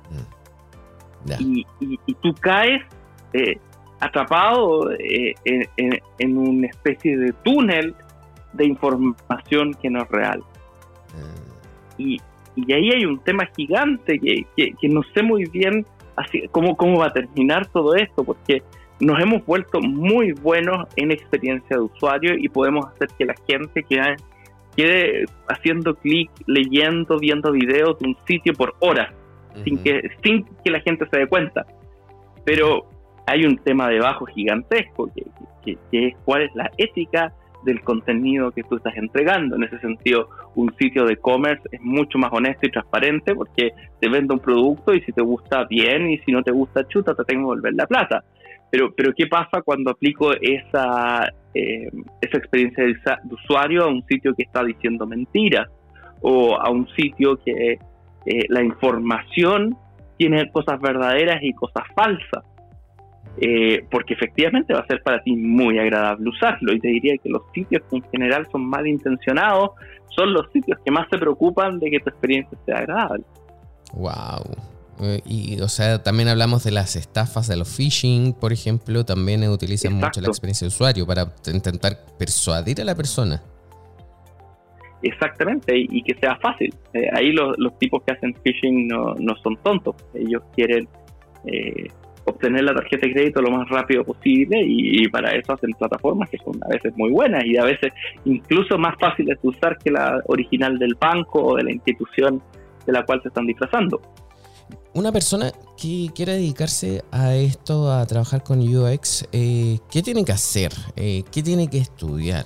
Speaker 4: Y tú caes atrapado en una especie de túnel de información que no es real. Y ahí hay un tema gigante que no sé muy bien así cómo va a terminar todo esto, porque nos hemos vuelto muy buenos en experiencia de usuario y podemos hacer que la gente quede haciendo clic, leyendo, viendo videos de un sitio por horas, sin que la gente se dé cuenta. Pero hay un tema debajo gigantesco, que es cuál es la ética del contenido que tú estás entregando. En ese sentido, un sitio de e-commerce es mucho más honesto y transparente porque te vende un producto y si te gusta bien y si no te gusta, chuta, te tengo que volver la plata. Pero ¿qué pasa cuando aplico esa experiencia de usuario a un sitio que está diciendo mentiras o a un sitio que la información tiene cosas verdaderas y cosas falsas? Porque efectivamente va a ser para ti muy agradable usarlo, y te diría que los sitios que en general son malintencionados son los sitios que más se preocupan de que tu experiencia sea agradable.
Speaker 2: Wow. Y, o sea, también hablamos de las estafas, de los phishing, por ejemplo, también utilizan mucho la experiencia de usuario para intentar persuadir a la persona.
Speaker 4: Exactamente, y que sea fácil. Ahí los tipos que hacen phishing no son tontos. Ellos quieren obtener la tarjeta de crédito lo más rápido posible y para eso hacen plataformas que son a veces muy buenas y a veces incluso más fáciles de usar que la original del banco o de la institución de la cual se están disfrazando.
Speaker 2: Una persona que quiera dedicarse a esto, a trabajar con UX, ¿qué tiene que hacer? ¿Qué tiene que estudiar?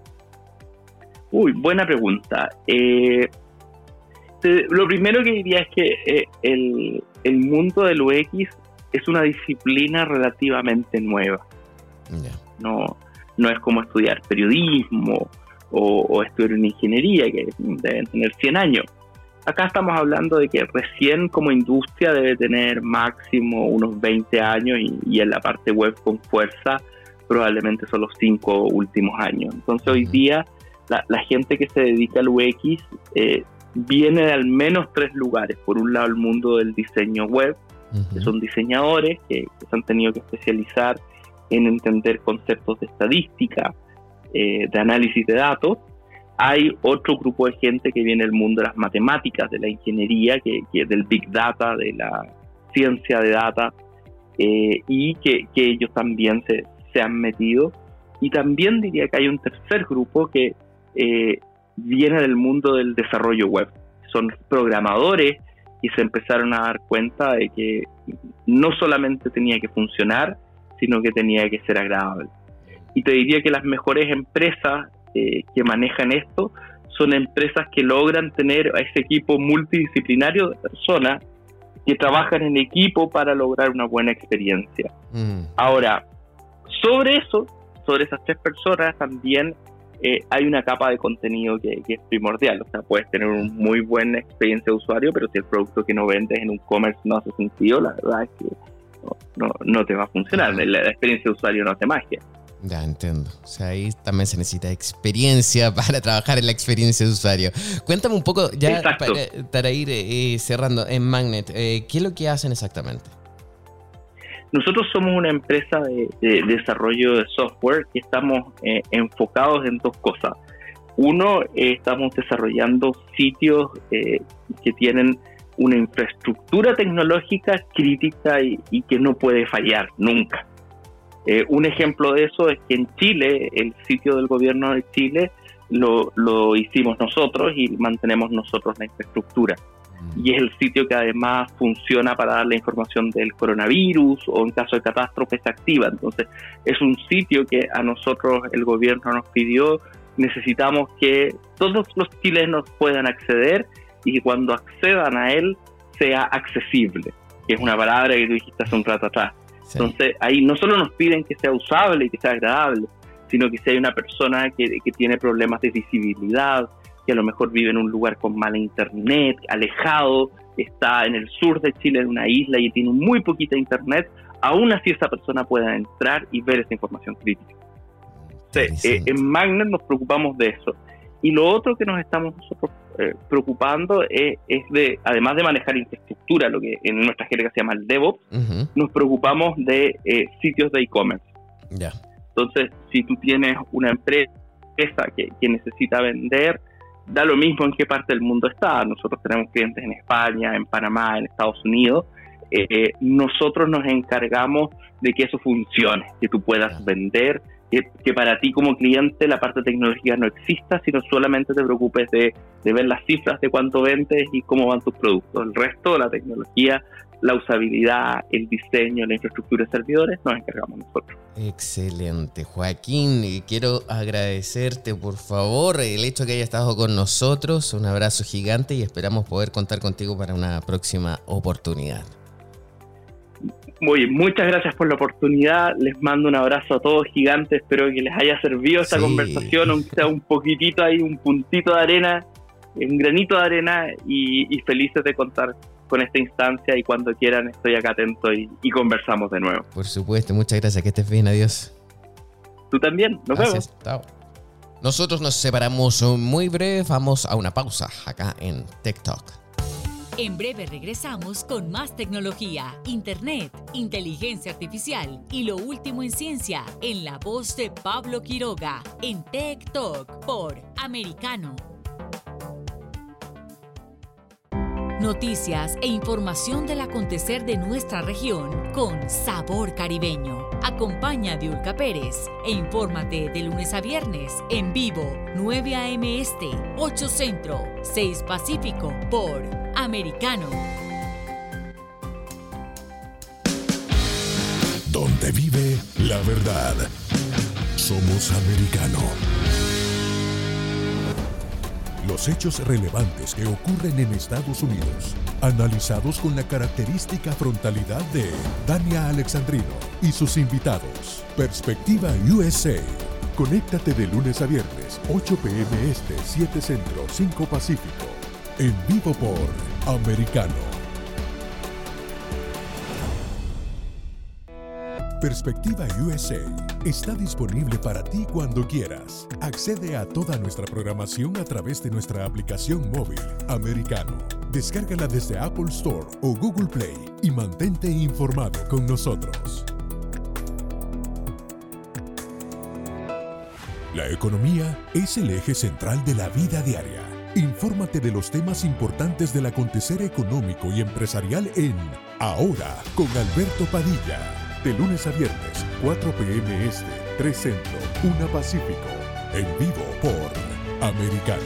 Speaker 4: Buena pregunta. Lo primero que diría es que el mundo del UX es una disciplina relativamente nueva.
Speaker 2: Yeah.
Speaker 4: No es como estudiar periodismo o estudiar una ingeniería que deben tener 100 años. Acá estamos hablando de que recién como industria debe tener máximo unos 20 años y en la parte web con fuerza probablemente son los 5 últimos años. Entonces hoy día la gente que se dedica al UX viene de al menos 3 lugares. Por un lado el mundo del diseño web, que son diseñadores que se han tenido que especializar en entender conceptos de estadística, de análisis de datos. Hay otro grupo de gente que viene del mundo de las matemáticas, de la ingeniería, que del big data, de la ciencia de data, y que ellos también se han metido. Y también diría que hay un tercer grupo que viene del mundo del desarrollo web. Son programadores y se empezaron a dar cuenta de que no solamente tenía que funcionar, sino que tenía que ser agradable. Y te diría que las mejores empresas que manejan esto son empresas que logran tener a ese equipo multidisciplinario de personas que trabajan en equipo para lograr una buena experiencia. Ahora, sobre esas 3 personas también hay una capa de contenido que es primordial. O sea, puedes tener una muy buena experiencia de usuario, pero si el producto que no vendes en un commerce no hace sentido, la verdad es que no te va a funcionar. La experiencia de usuario no hace magia.
Speaker 2: Ya entiendo. O sea, ahí también se necesita experiencia para trabajar en la experiencia de usuario. Cuéntame un poco, ya para ir cerrando, en Magnet, ¿qué es lo que hacen exactamente?
Speaker 4: Nosotros somos una empresa de desarrollo de software que estamos enfocados en 2 cosas. Uno, estamos desarrollando sitios que tienen una infraestructura tecnológica crítica y que no puede fallar nunca. Un ejemplo de eso es que en Chile, el sitio del gobierno de Chile lo hicimos nosotros y mantenemos nosotros la infraestructura. Y es el sitio que además funciona para dar la información del coronavirus o en caso de catástrofe se activa. Entonces es un sitio que a nosotros el gobierno nos pidió, necesitamos que todos los chilenos puedan acceder y que cuando accedan a él sea accesible, que es una palabra que tú dijiste hace un rato atrás. Sí. Entonces ahí no solo nos piden que sea usable y que sea agradable, sino que si hay una persona que tiene problemas de visibilidad, que a lo mejor vive en un lugar con mala internet, alejado, está en el sur de Chile, en una isla y tiene muy poquita internet, aún así esa persona pueda entrar y ver esa información crítica. En Magnet nos preocupamos de eso. Y lo otro que nos estamos nosotros preocupando es de, además de manejar infraestructura, lo que en nuestra jerga se llama el DevOps, nos preocupamos de sitios de e-commerce.
Speaker 2: Yeah.
Speaker 4: Entonces, si tú tienes una empresa que necesita vender, da lo mismo en qué parte del mundo está. Nosotros tenemos clientes en España, en Panamá, en Estados Unidos. Nosotros nos encargamos de que eso funcione, que tú puedas vender, que para ti como cliente la parte tecnológica no exista, sino solamente te preocupes de ver las cifras de cuánto vendes y cómo van tus productos. El resto, la tecnología, la usabilidad, el diseño, la infraestructura de servidores, nos encargamos nosotros.
Speaker 2: Excelente, Joaquín. Quiero agradecerte, por favor, el hecho que hayas estado con nosotros. Un abrazo gigante y esperamos poder contar contigo para una próxima oportunidad.
Speaker 4: Muy bien, muchas gracias por la oportunidad. Les mando un abrazo a todos gigante. Espero que les haya servido esta conversación, aunque sea un poquitito ahí, un puntito de arena, un granito de arena, y felices de contar con esta instancia, y cuando quieran estoy acá atento y conversamos de nuevo.
Speaker 2: Por supuesto, muchas gracias, que estés bien, adiós.
Speaker 4: Tú también, nos vemos.
Speaker 2: Chao. Nosotros nos separamos muy breve, vamos a una pausa acá en Tech Talk.
Speaker 1: En breve regresamos con más tecnología, internet, inteligencia artificial y lo último en ciencia en la voz de Pablo Quiroga en Tech Talk por Americano. Noticias e información del acontecer de nuestra región con sabor caribeño. Acompaña a Diulca Pérez e infórmate de lunes a viernes en vivo, 9 a.m. Este, 8 Centro, 6 Pacífico por Americano.
Speaker 3: Donde vive la verdad. Somos Americano. Los hechos relevantes que ocurren en Estados Unidos, analizados con la característica frontalidad de Dania Alexandrino y sus invitados. Perspectiva USA. Conéctate de lunes a viernes, 8 p.m. Este, 7 Centro, 5 Pacífico. En vivo por Americano. Perspectiva USA está disponible para ti cuando quieras. Accede a toda nuestra programación a través de nuestra aplicación móvil, Americano. Descárgala desde Apple Store o Google Play y mantente informado con nosotros. La economía es el eje central de la vida diaria. Infórmate de los temas importantes del acontecer económico y empresarial en Ahora con Alberto Padilla. De lunes a viernes, 4 p.m. Este, 3 Centro, 1 Pacífico. En vivo por Americano.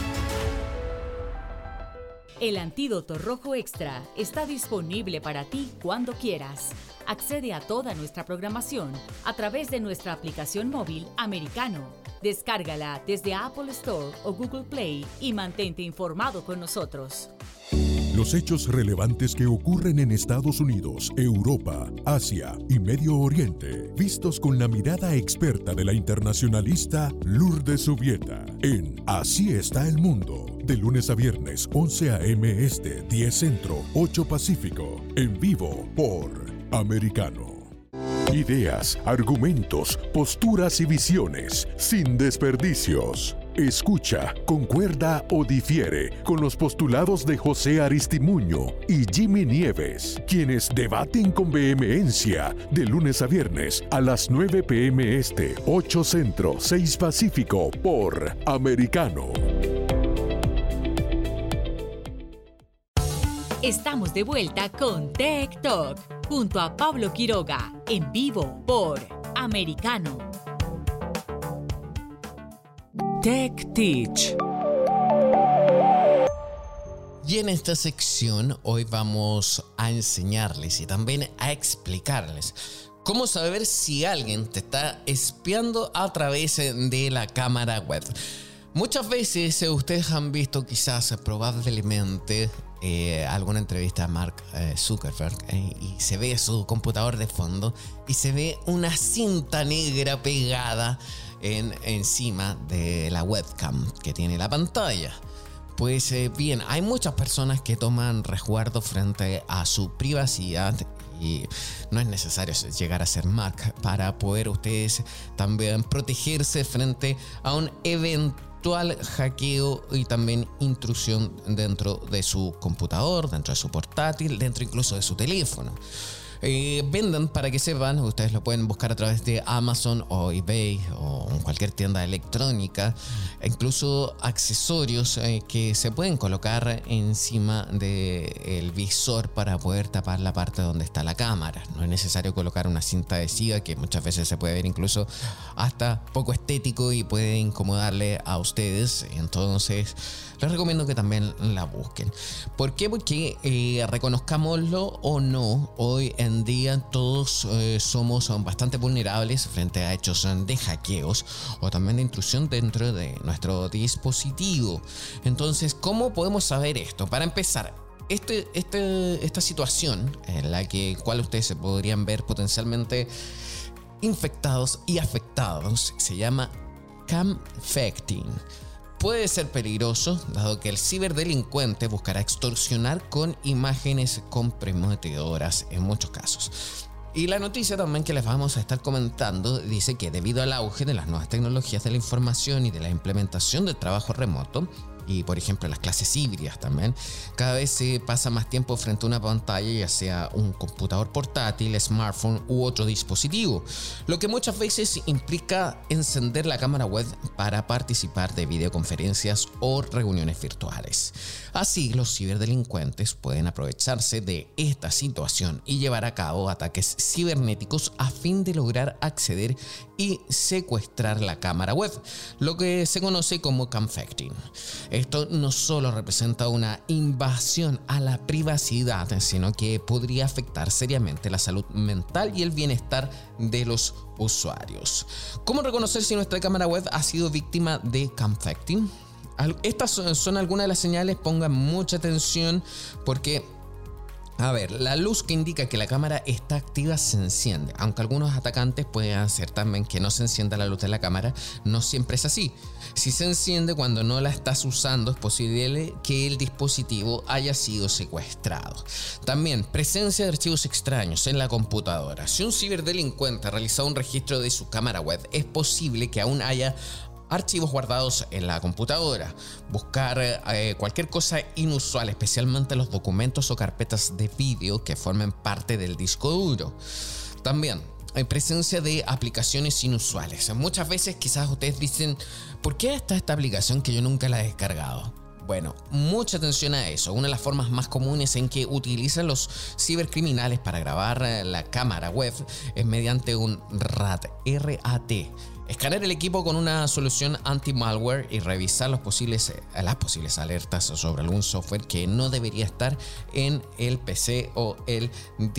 Speaker 1: El antídoto rojo extra está disponible para ti cuando quieras. Accede a toda nuestra programación a través de nuestra aplicación móvil Americano. Descárgala desde Apple Store o Google Play y mantente informado con nosotros.
Speaker 3: Los hechos relevantes que ocurren en Estados Unidos, Europa, Asia y Medio Oriente, vistos con la mirada experta de la internacionalista Lourdes Subieta, en Así está el mundo, de lunes a viernes, 11 a.m. Este, 10 Centro, 8 Pacífico, en vivo por Americano. Ideas, argumentos, posturas y visiones, sin desperdicios. Escucha, concuerda o difiere con los postulados de José Aristimuño y Jimmy Nieves, quienes debaten con vehemencia de lunes a viernes a las 9 p.m. Este, 8 Centro, 6 Pacífico por Americano.
Speaker 1: Estamos de vuelta con Tech Talk junto a Pablo Quiroga en vivo por Americano. Tech Teach.
Speaker 2: Y en esta sección hoy vamos a enseñarles y también a explicarles cómo saber si alguien te está espiando a través de la cámara web. Muchas veces ustedes han visto quizás probablemente alguna entrevista a Mark Zuckerberg y se ve su computador de fondo y se ve una cinta negra pegada encima de la webcam que tiene la pantalla. Pues bien, hay muchas personas que toman resguardo frente a su privacidad y no es necesario llegar a ser Mark para poder ustedes también protegerse frente a un eventual hackeo y también intrusión dentro de su computador, dentro de su portátil, dentro incluso de su teléfono. Venden, para que sepan, ustedes lo pueden buscar a través de Amazon o eBay o en cualquier tienda electrónica, incluso accesorios que se pueden colocar encima del visor para poder tapar la parte donde está la cámara. No es necesario colocar una cinta adhesiva que muchas veces se puede ver incluso hasta poco estético y puede incomodarle a ustedes. Entonces les recomiendo que también la busquen. ¿Por qué? Porque reconozcámoslo o no, hoy en día todos somos bastante vulnerables frente a hechos de hackeos o también de intrusión dentro de nuestro dispositivo. Entonces, ¿cómo podemos saber esto? Para empezar, esta situación en la cual ustedes se podrían ver potencialmente infectados y afectados se llama camfecting. Puede ser peligroso, dado que el ciberdelincuente buscará extorsionar con imágenes comprometedoras en muchos casos. Y la noticia también que les vamos a estar comentando dice que debido al auge de las nuevas tecnologías de la información y de la implementación del trabajo remoto, y por ejemplo las clases híbridas también, cada vez se pasa más tiempo frente a una pantalla, ya sea un computador portátil, smartphone u otro dispositivo, lo que muchas veces implica encender la cámara web para participar de videoconferencias o reuniones virtuales. Así, los ciberdelincuentes pueden aprovecharse de esta situación y llevar a cabo ataques cibernéticos a fin de lograr acceder y secuestrar la cámara web, lo que se conoce como camfecting. Esto no solo representa una invasión a la privacidad, sino que podría afectar seriamente la salud mental y el bienestar de los usuarios. ¿Cómo reconocer si nuestra cámara web ha sido víctima de camfecting? Estas son algunas de las señales. Pongan mucha atención porque, a ver, la luz que indica que la cámara está activa se enciende, aunque algunos atacantes pueden hacer también que no se encienda la luz de la cámara. No siempre es así. Si se enciende cuando no la estás usando, es posible que el dispositivo haya sido secuestrado. También, presencia de archivos extraños en la computadora. Si un ciberdelincuente ha realizado un registro de su cámara web, es posible que aún haya archivos guardados en la computadora. Buscar cualquier cosa inusual, especialmente los documentos o carpetas de vídeo que formen parte del disco duro. También hay presencia de aplicaciones inusuales. Muchas veces quizás ustedes dicen, ¿por qué está esta aplicación que yo nunca la he descargado? Bueno, mucha atención a eso. Una de las formas más comunes en que utilizan los cibercriminales para grabar la cámara web es mediante un RAT. Escanear el equipo con una solución anti-malware y revisar las posibles alertas sobre algún software que no debería estar en el PC o el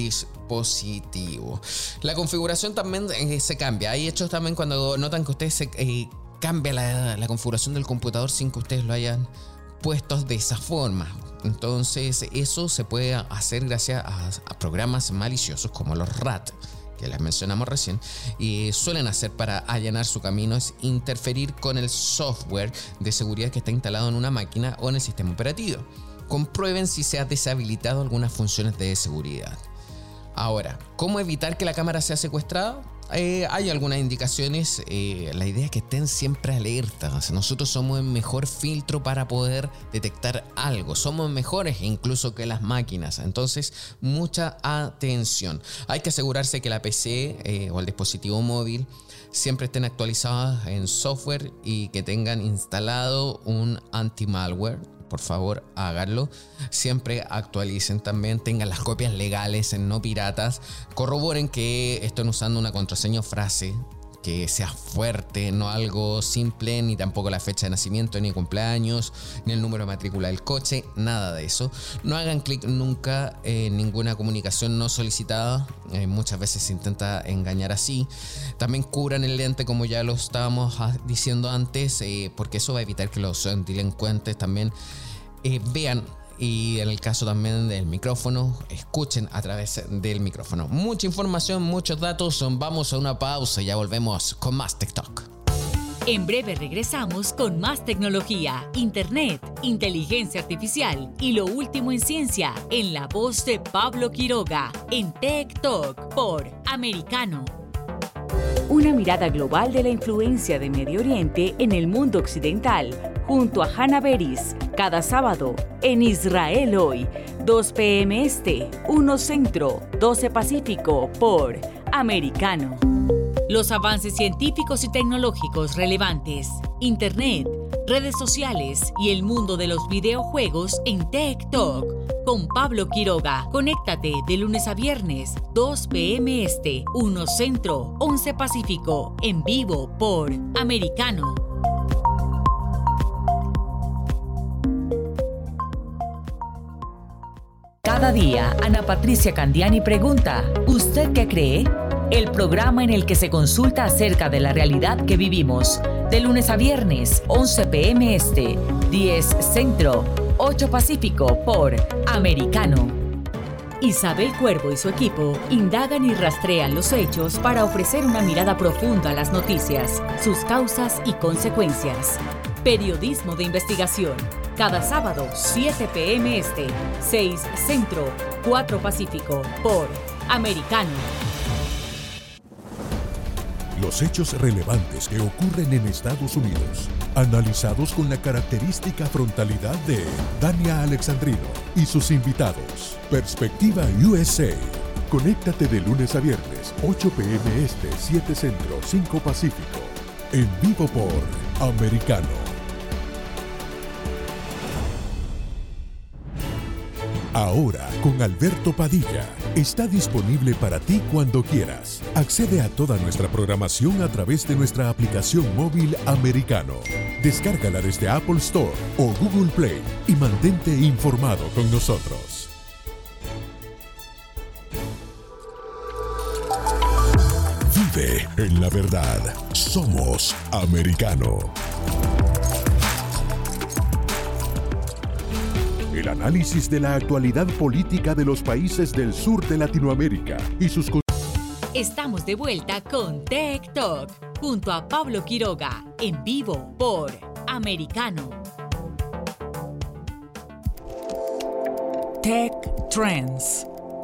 Speaker 2: dispositivo. La configuración también se cambia. Hay hechos también cuando notan que ustedes cambia la configuración del computador sin que ustedes lo hayan puesto de esa forma. Entonces eso se puede hacer gracias a programas maliciosos como los RAT, que les mencionamos recién, y suelen hacer para allanar su camino es interferir con el software de seguridad que está instalado en una máquina o en el sistema operativo. Comprueben si se ha deshabilitado algunas funciones de seguridad. Ahora, ¿cómo evitar que la cámara sea secuestrada? Hay algunas indicaciones. La idea es que estén siempre alertas. Nosotros somos el mejor filtro para poder detectar algo. Somos mejores incluso que las máquinas. Entonces, mucha atención. Hay que asegurarse que la PC o el dispositivo móvil siempre estén actualizados en software y que tengan instalado un anti-malware. Por favor, háganlo. Siempre actualicen también, tengan las copias legales, no piratas. Corroboren que estén usando una contraseña o frase que sea fuerte, no algo simple, ni tampoco la fecha de nacimiento, ni cumpleaños, ni el número de matrícula del coche, nada de eso. No hagan clic nunca en ninguna comunicación no solicitada. Muchas veces se intenta engañar así. También cubran el lente, como ya lo estábamos diciendo antes, porque eso va a evitar que los delincuentes también vean. Y en el caso también del micrófono, escuchen a través del micrófono. Mucha información, muchos datos. Vamos a una pausa y ya volvemos con más TikTok.
Speaker 1: En breve regresamos con más tecnología, internet, inteligencia artificial y lo último en ciencia en la voz de Pablo Quiroga en Tech Talk por Americano. Una mirada global de la influencia de Medio Oriente en el mundo occidental, junto a Hannah Beris, cada sábado en Israel Hoy, 2 p.m. Este, 1 Centro, 12 Pacífico, por Americano. Los avances científicos y tecnológicos relevantes, Internet, redes sociales y el mundo de los videojuegos en Tech Talk con Pablo Quiroga. Conéctate de lunes a viernes, 2 p.m. Este, 1 Centro, 11 Pacífico, en vivo por Americano. Cada día, Ana Patricia Candiani pregunta, ¿usted qué cree? El programa en el que se consulta acerca de la realidad que vivimos. De lunes a viernes, 11 p.m. Este, 10 Centro, 8 Pacífico, por Americano. Isabel Cuervo y su equipo indagan y rastrean los hechos para ofrecer una mirada profunda a las noticias, sus causas y consecuencias. Periodismo de investigación. Cada sábado, 7 p.m. Este, 6 Centro, 4 Pacífico, por Americano.
Speaker 3: Los hechos relevantes que ocurren en Estados Unidos, analizados con la característica frontalidad de Dania Alexandrino y sus invitados. Perspectiva USA. Conéctate de lunes a viernes, 8 p.m. Este, 7 Centro, 5 Pacífico. En vivo por Americano. Ahora, con Alberto Padilla, está disponible para ti cuando quieras. Accede a toda nuestra programación a través de nuestra aplicación móvil Americano. Descárgala desde Apple Store o Google Play y mantente informado con nosotros. Vive en la verdad. Somos Americano. El análisis de la actualidad política de los países del sur de Latinoamérica y sus...
Speaker 1: Estamos de vuelta con Tech Talk, junto a Pablo Quiroga, en vivo por Americano. Tech Trends.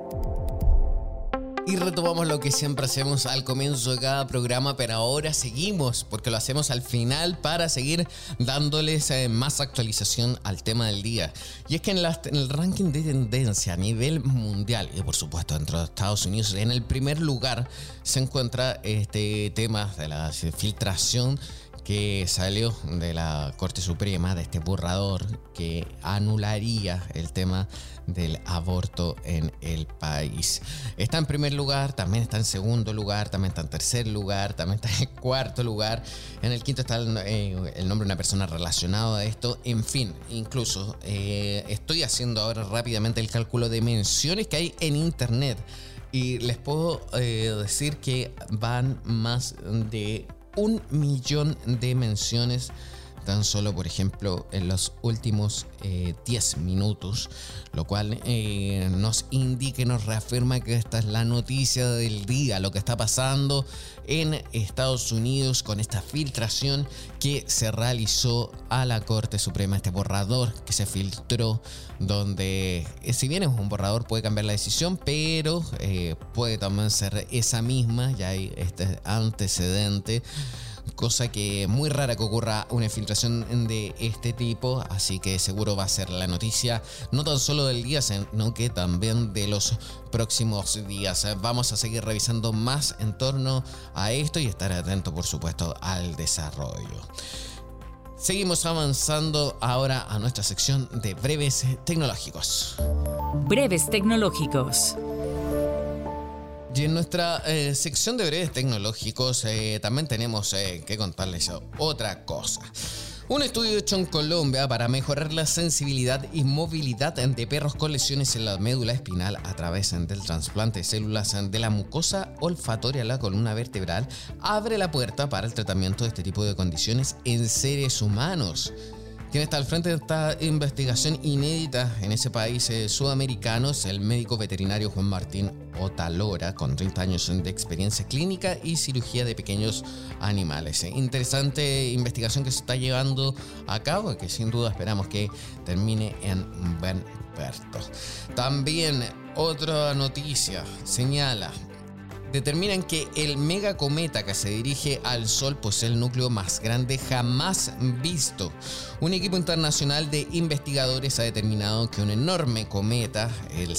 Speaker 2: Y retomamos lo que siempre hacemos al comienzo de cada programa, pero ahora seguimos, porque lo hacemos al final para seguir dándoles más actualización al tema del día. Y es que en el ranking de tendencia a nivel mundial, y por supuesto dentro de Estados Unidos, en el primer lugar se encuentra este tema de la filtración que salió de la Corte Suprema, de este borrador que anularía el tema del aborto en el país. Está en primer lugar, también está en segundo lugar, también está en tercer lugar, también está en cuarto lugar. En el quinto está el nombre de una persona relacionada a esto. En fin, incluso estoy haciendo ahora rápidamente el cálculo de menciones que hay en internet y les puedo decir que van más de 1 millón de menciones tan solo, por ejemplo, en los últimos 10 minutos, lo cual nos indica y nos reafirma que esta es la noticia del día, lo que está pasando en Estados Unidos con esta filtración que se realizó a la Corte Suprema, este borrador que se filtró, donde si bien es un borrador puede cambiar la decisión, pero puede también ser esa misma, ya hay este antecedente. Cosa que muy rara que ocurra una filtración de este tipo, así que seguro va a ser la noticia no tan solo del día, sino que también de los próximos días. Vamos a seguir revisando más en torno a esto y estar atento, por supuesto, al desarrollo. Seguimos avanzando ahora a nuestra sección de breves tecnológicos.
Speaker 1: Breves tecnológicos.
Speaker 2: Y en nuestra sección de breves tecnológicos también tenemos que contarles otra cosa. Un estudio hecho en Colombia para mejorar la sensibilidad y movilidad de perros con lesiones en la médula espinal a través del trasplante de células de la mucosa olfatoria a la columna vertebral abre la puerta para el tratamiento de este tipo de condiciones en seres humanos. Quien está al frente de esta investigación inédita en ese país sudamericano es el médico veterinario Juan Martín Otalora, con 30 años de experiencia clínica y cirugía de pequeños animales. Interesante investigación que se está llevando a cabo, que sin duda esperamos que termine en buen puerto. También otra noticia señala: determinan que el megacometa que se dirige al Sol posee el núcleo más grande jamás visto. Un equipo internacional de investigadores ha determinado que un enorme cometa, el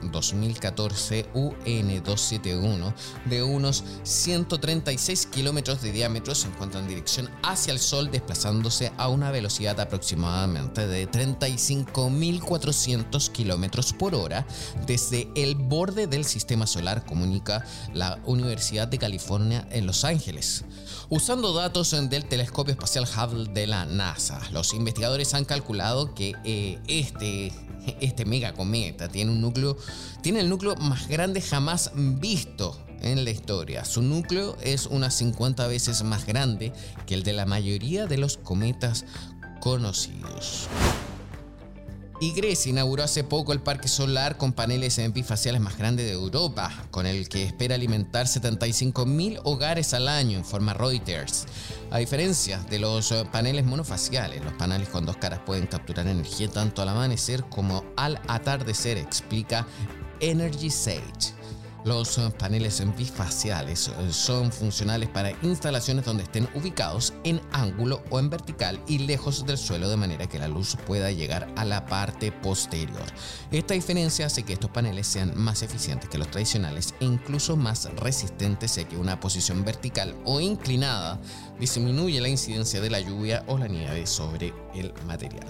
Speaker 2: C2014-UN271, de unos 136 kilómetros de diámetro, se encuentra en dirección hacia el Sol, desplazándose a una velocidad aproximadamente de 35.400 kilómetros por hora desde el borde del sistema solar, comunica la Universidad de California en Los Ángeles. Usando datos del telescopio espacial Hubble de la NASA, los investigadores han calculado que este megacometa tiene el núcleo más grande jamás visto en la historia. Su núcleo es unas 50 veces más grande que el de la mayoría de los cometas conocidos. Y Grecia inauguró hace poco el parque solar con paneles bifaciales más grande de Europa, con el que espera alimentar 75.000 hogares al año, informa Reuters. A diferencia de los paneles monofaciales, los paneles con dos caras pueden capturar energía tanto al amanecer como al atardecer, explica Energy Sage. Los paneles bifaciales son funcionales para instalaciones donde estén ubicados en ángulo o en vertical y lejos del suelo, de manera que la luz pueda llegar a la parte posterior. Esta diferencia hace que estos paneles sean más eficientes que los tradicionales e incluso más resistentes, ya que una posición vertical o inclinada disminuye la incidencia de la lluvia o la nieve sobre el material.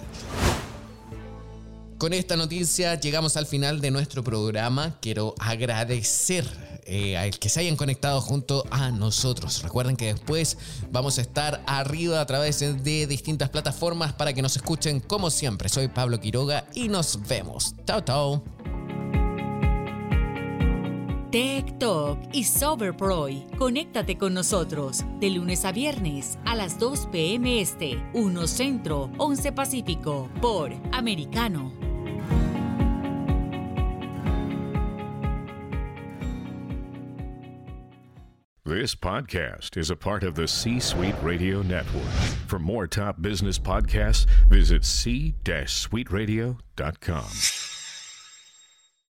Speaker 2: Con esta noticia llegamos al final de nuestro programa. Quiero agradecer al que se hayan conectado junto a nosotros. Recuerden que después vamos a estar arriba a través de distintas plataformas para que nos escuchen como siempre. Soy Pablo Quiroga y nos vemos. Chao, chao.
Speaker 1: Tech Talk y Soberproy. Conéctate con nosotros de lunes a viernes a las 2 p.m. Este, 1 Centro, 11 Pacífico, por Americano.
Speaker 3: This podcast is a part of the C-Suite Radio Network. For more top business podcasts, visit c-suiteradio.com.